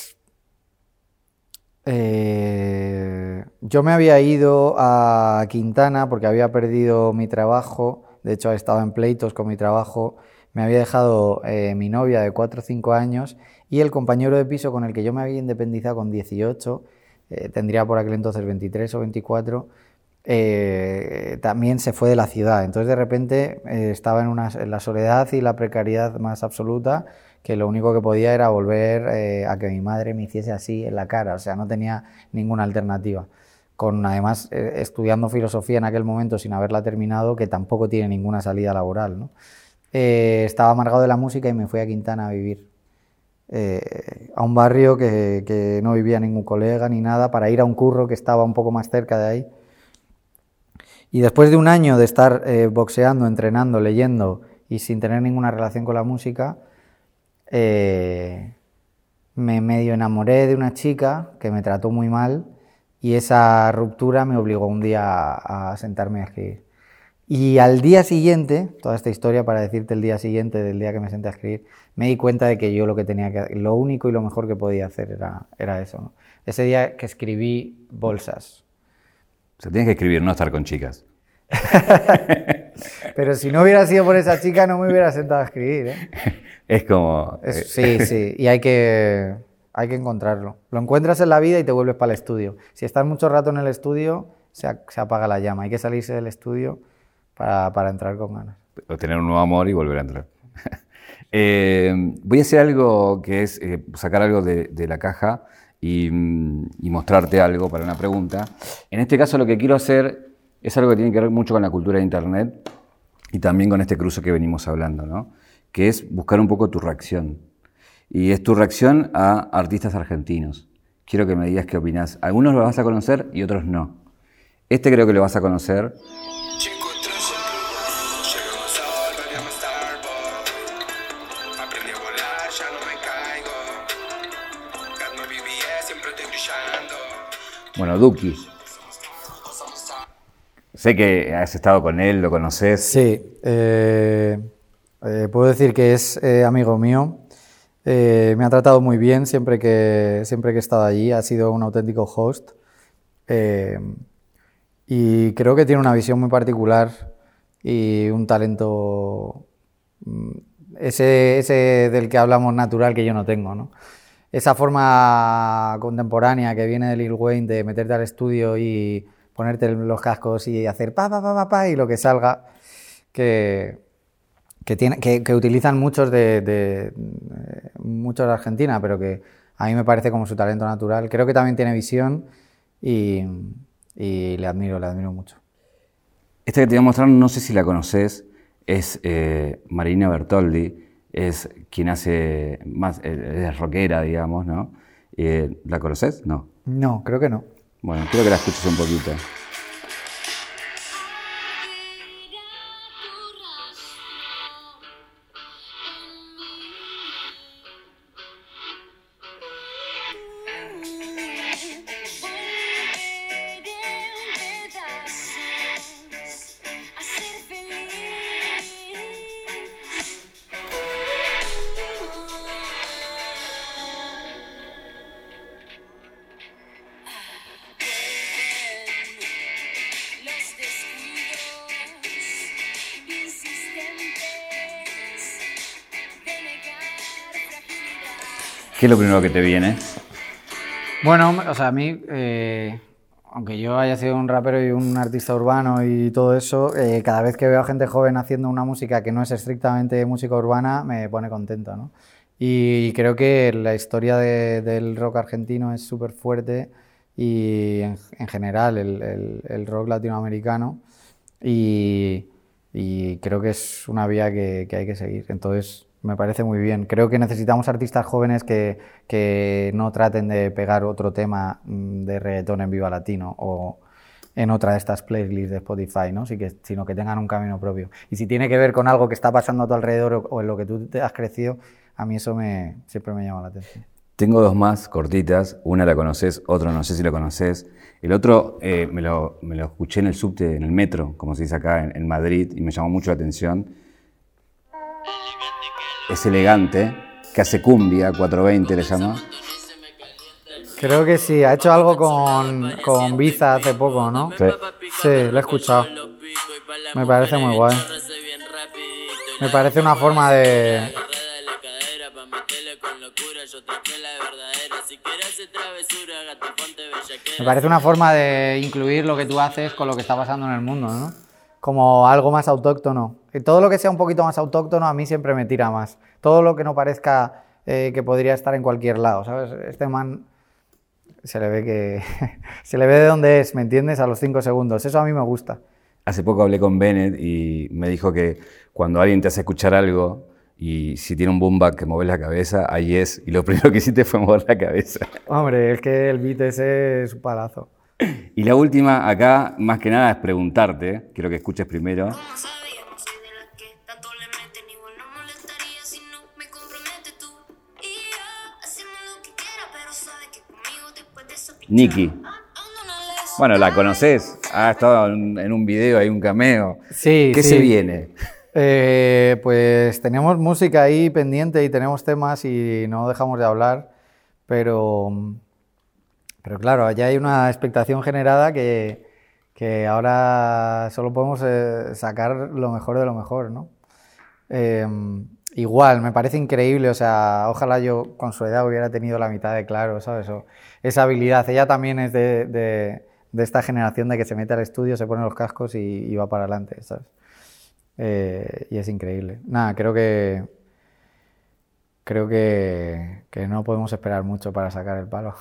Eh, yo me había ido a Quintana porque había perdido mi trabajo, de hecho estaba en pleitos con mi trabajo, me había dejado eh, mi novia de cuatro o cinco años y el compañero de piso con el que yo me había independizado con dieciocho, eh, tendría por aquel entonces veintitrés o veinticuatro, eh, también se fue de la ciudad. Entonces de repente eh, estaba en, una, en la soledad y la precariedad más absoluta, que lo único que podía era volver eh, a que mi madre me hiciese así en la cara, o sea, no tenía ninguna alternativa. Con además eh, estudiando filosofía en aquel momento sin haberla terminado, que tampoco tiene ninguna salida laboral, ¿no? Eh, estaba amargado de la música y me fui a Quintana a vivir, eh, a un barrio que, que no vivía ningún colega ni nada, para ir a un curro que estaba un poco más cerca de ahí. Y después de un año de estar eh, boxeando, entrenando, leyendo y sin tener ninguna relación con la música, Eh, me medio enamoré de una chica que me trató muy mal y esa ruptura me obligó un día a, a sentarme a escribir. Y al día siguiente, toda esta historia para decirte el día siguiente del día que me senté a escribir, me di cuenta de que yo lo que tenía que lo único y lo mejor que podía hacer era, era eso, ¿no? Ese día que escribí Bolsas. O sea, tienes que escribir, no estar con chicas. Pero si no hubiera sido por esa chica, no me hubiera sentado a escribir, ¿eh? Es como... Es, sí, sí, y hay que, hay que encontrarlo. Lo encuentras en la vida y te vuelves para el estudio. Si estás mucho rato en el estudio, se, se apaga la llama. Hay que salirse del estudio para, para entrar con ganas. O tener un nuevo amor y volver a entrar. eh, voy a hacer algo que es eh, sacar algo de, de la caja y, y mostrarte algo para una pregunta. En este caso lo que quiero hacer es algo que tiene que ver mucho con la cultura de Internet y también con este cruce que venimos hablando, ¿no? Que es buscar un poco tu reacción. Y es tu reacción a artistas argentinos. Quiero que me digas qué opinás. Algunos los vas a conocer y otros no. Este creo que lo vas a conocer. Bueno, Duki. Sé que has estado con él, lo conoces. Sí, eh, eh, puedo decir que es eh, amigo mío. Eh, me ha tratado muy bien siempre que, siempre que he estado allí. Ha sido un auténtico host. Eh, y creo que tiene una visión muy particular y un talento, ese, ese del que hablamos natural, que yo no tengo, ¿no? Esa forma contemporánea que viene de Lil Wayne de meterte al estudio y ponerte los cascos y hacer pa, pa, pa, pa, pa y lo que salga, que, que, tiene, que, que utilizan muchos de, de, de, muchos de Argentina, pero que a mí me parece como su talento natural. Creo que también tiene visión y, y le admiro, le admiro mucho. Esta que te voy a mostrar, no sé si la conoces, es eh, Marina Bertoldi. Es quien hace más, es rockera, digamos, ¿no? Eh, ¿La conoces? No. No, creo que no. Bueno, quiero que la escuches un poquito. ¿Qué es lo primero que te viene? Bueno, o sea, a mí, eh, aunque yo haya sido un rapero y un artista urbano y todo eso, eh, cada vez que veo a gente joven haciendo una música que no es estrictamente música urbana, me pone contento, ¿no? Y creo que la historia de, del rock argentino es súper fuerte y en, en general el, el, el rock latinoamericano y, y creo que es una vía que, que hay que seguir. Entonces, me parece muy bien. Creo que necesitamos artistas jóvenes que, que no traten de pegar otro tema de reggaetón en Viva Latino o en otra de estas playlists de Spotify, ¿no? Sí que, sino que tengan un camino propio. Y si tiene que ver con algo que está pasando a tu alrededor o, o en lo que tú te has crecido, a mí eso me, siempre me llama la atención. Tengo dos más cortitas. Una la conoces, otro no sé si lo conoces. El otro eh, me, lo, me lo escuché en el subte, en el metro, como se dice acá en, en Madrid, y me llamó mucho la atención. Es Elegante, que hace cumbia, cuatrocientos veinte le llama. Creo que sí, ha hecho algo con, con Biza hace poco, ¿no? Sí. Sí, lo he escuchado. Me parece muy guay. Me parece una forma de... Me parece una forma de incluir lo que tú haces con lo que está pasando en el mundo, ¿no? Como algo más autóctono. Y todo lo que sea un poquito más autóctono a mí siempre me tira más. Todo lo que no parezca eh, que podría estar en cualquier lado, ¿sabes? Este man se le ve que se le ve de dónde es, ¿me entiendes? A los cinco segundos. Eso a mí me gusta. Hace poco hablé con Bennett y me dijo que cuando alguien te hace escuchar algo y si tiene un boom bap que mueves la cabeza, ahí es. Y lo primero que hiciste fue mover la cabeza. Hombre, es que el beat ese es un palazo. Y la última acá, más que nada, es preguntarte. Quiero que escuches primero. Nicki. Bueno, la conoces. ha estado en, en un video, hay un cameo. Sí, ¿Qué sí. se viene? Eh, pues tenemos música ahí pendiente y tenemos temas y no dejamos de hablar, pero, pero claro, allá hay una expectación generada que, que ahora solo podemos eh, sacar lo mejor de lo mejor, ¿no? Eh, igual, me parece increíble, o sea, ojalá yo con su edad hubiera tenido la mitad de claro, ¿sabes? O esa habilidad. Ella también es de, de, de esta generación de que se mete al estudio, se pone los cascos y, y va para adelante, ¿sabes? Eh, y es increíble. Nada, creo que creo que, que no podemos esperar mucho para sacar el palo.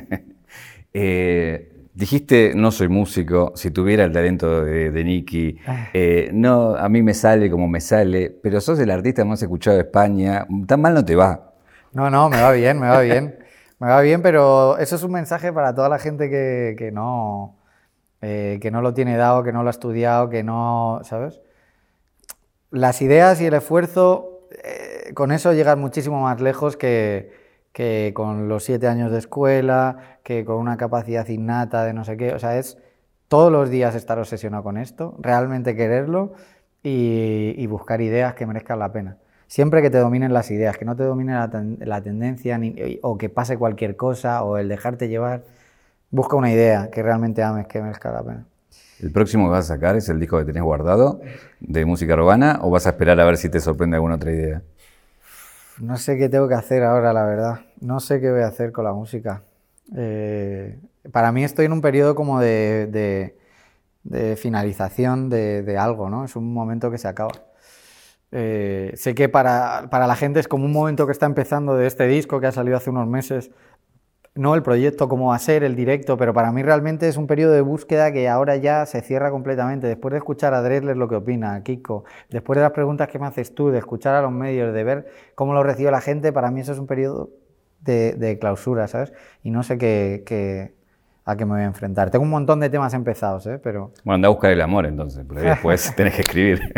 eh, dijiste, no soy músico, si tuviera el talento de, de Nicky, eh, no, a mí me sale como me sale, pero sos el artista más escuchado de España, tan mal no te va. No, no, me va bien, me va bien. Me va bien, pero eso es un mensaje para toda la gente que, que no, eh, que no lo tiene dado, que no lo ha estudiado, que no, ¿sabes? Las ideas y el esfuerzo, eh, con eso llegas muchísimo más lejos que, que con los siete años de escuela, que con una capacidad innata de no sé qué. O sea, es todos los días estar obsesionado con esto, realmente quererlo y, y buscar ideas que merezcan la pena. Siempre que te dominen las ideas, que no te domine la, ten, la tendencia ni, o que pase cualquier cosa o el dejarte llevar, busca una idea que realmente ames, que merezca la pena. ¿El próximo que vas a sacar es el disco que tenés guardado de música urbana o vas a esperar a ver si te sorprende alguna otra idea? No sé qué tengo que hacer ahora, la verdad. No sé qué voy a hacer con la música. Eh, para mí estoy en un periodo como de, de, de finalización de, de algo, ¿no? Es un momento que se acaba. Eh, sé que para, para la gente es como un momento que está empezando de este disco que ha salido hace unos meses. No el proyecto, cómo va a ser, el directo, pero para mí realmente es un periodo de búsqueda que ahora ya se cierra completamente. Después de escuchar a Dresler lo que opina, a Kiko, después de las preguntas que me haces tú, de escuchar a los medios, de ver cómo lo recibe la gente, para mí eso es un periodo de, de clausura, ¿sabes? Y no sé qué, qué, a qué me voy a enfrentar. Tengo un montón de temas empezados, ¿eh? Pero... Bueno, anda a buscar el amor entonces, porque después tenés que escribir.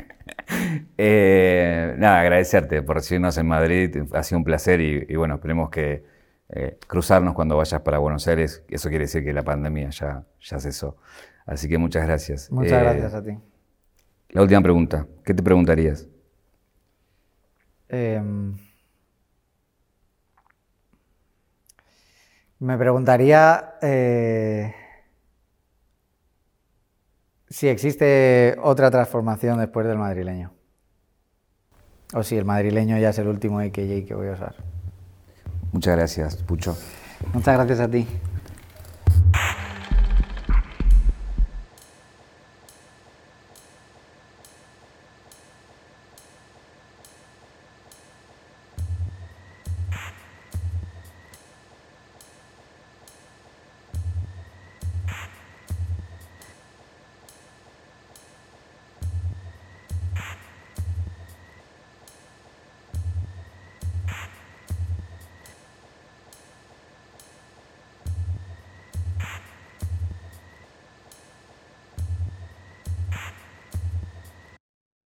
eh, nada, agradecerte por recibirnos en Madrid, ha sido un placer y, y bueno, esperemos que Eh, cruzarnos cuando vayas para Buenos Aires, eso quiere decir que la pandemia ya, ya cesó. Así que muchas gracias. Muchas eh, gracias a ti. La última pregunta, ¿qué te preguntarías? Eh, me preguntaría eh, si existe otra transformación después del madrileño. O si el madrileño ya es el último A K J que voy a usar. Muchas gracias, Pucho. Muchas gracias a ti.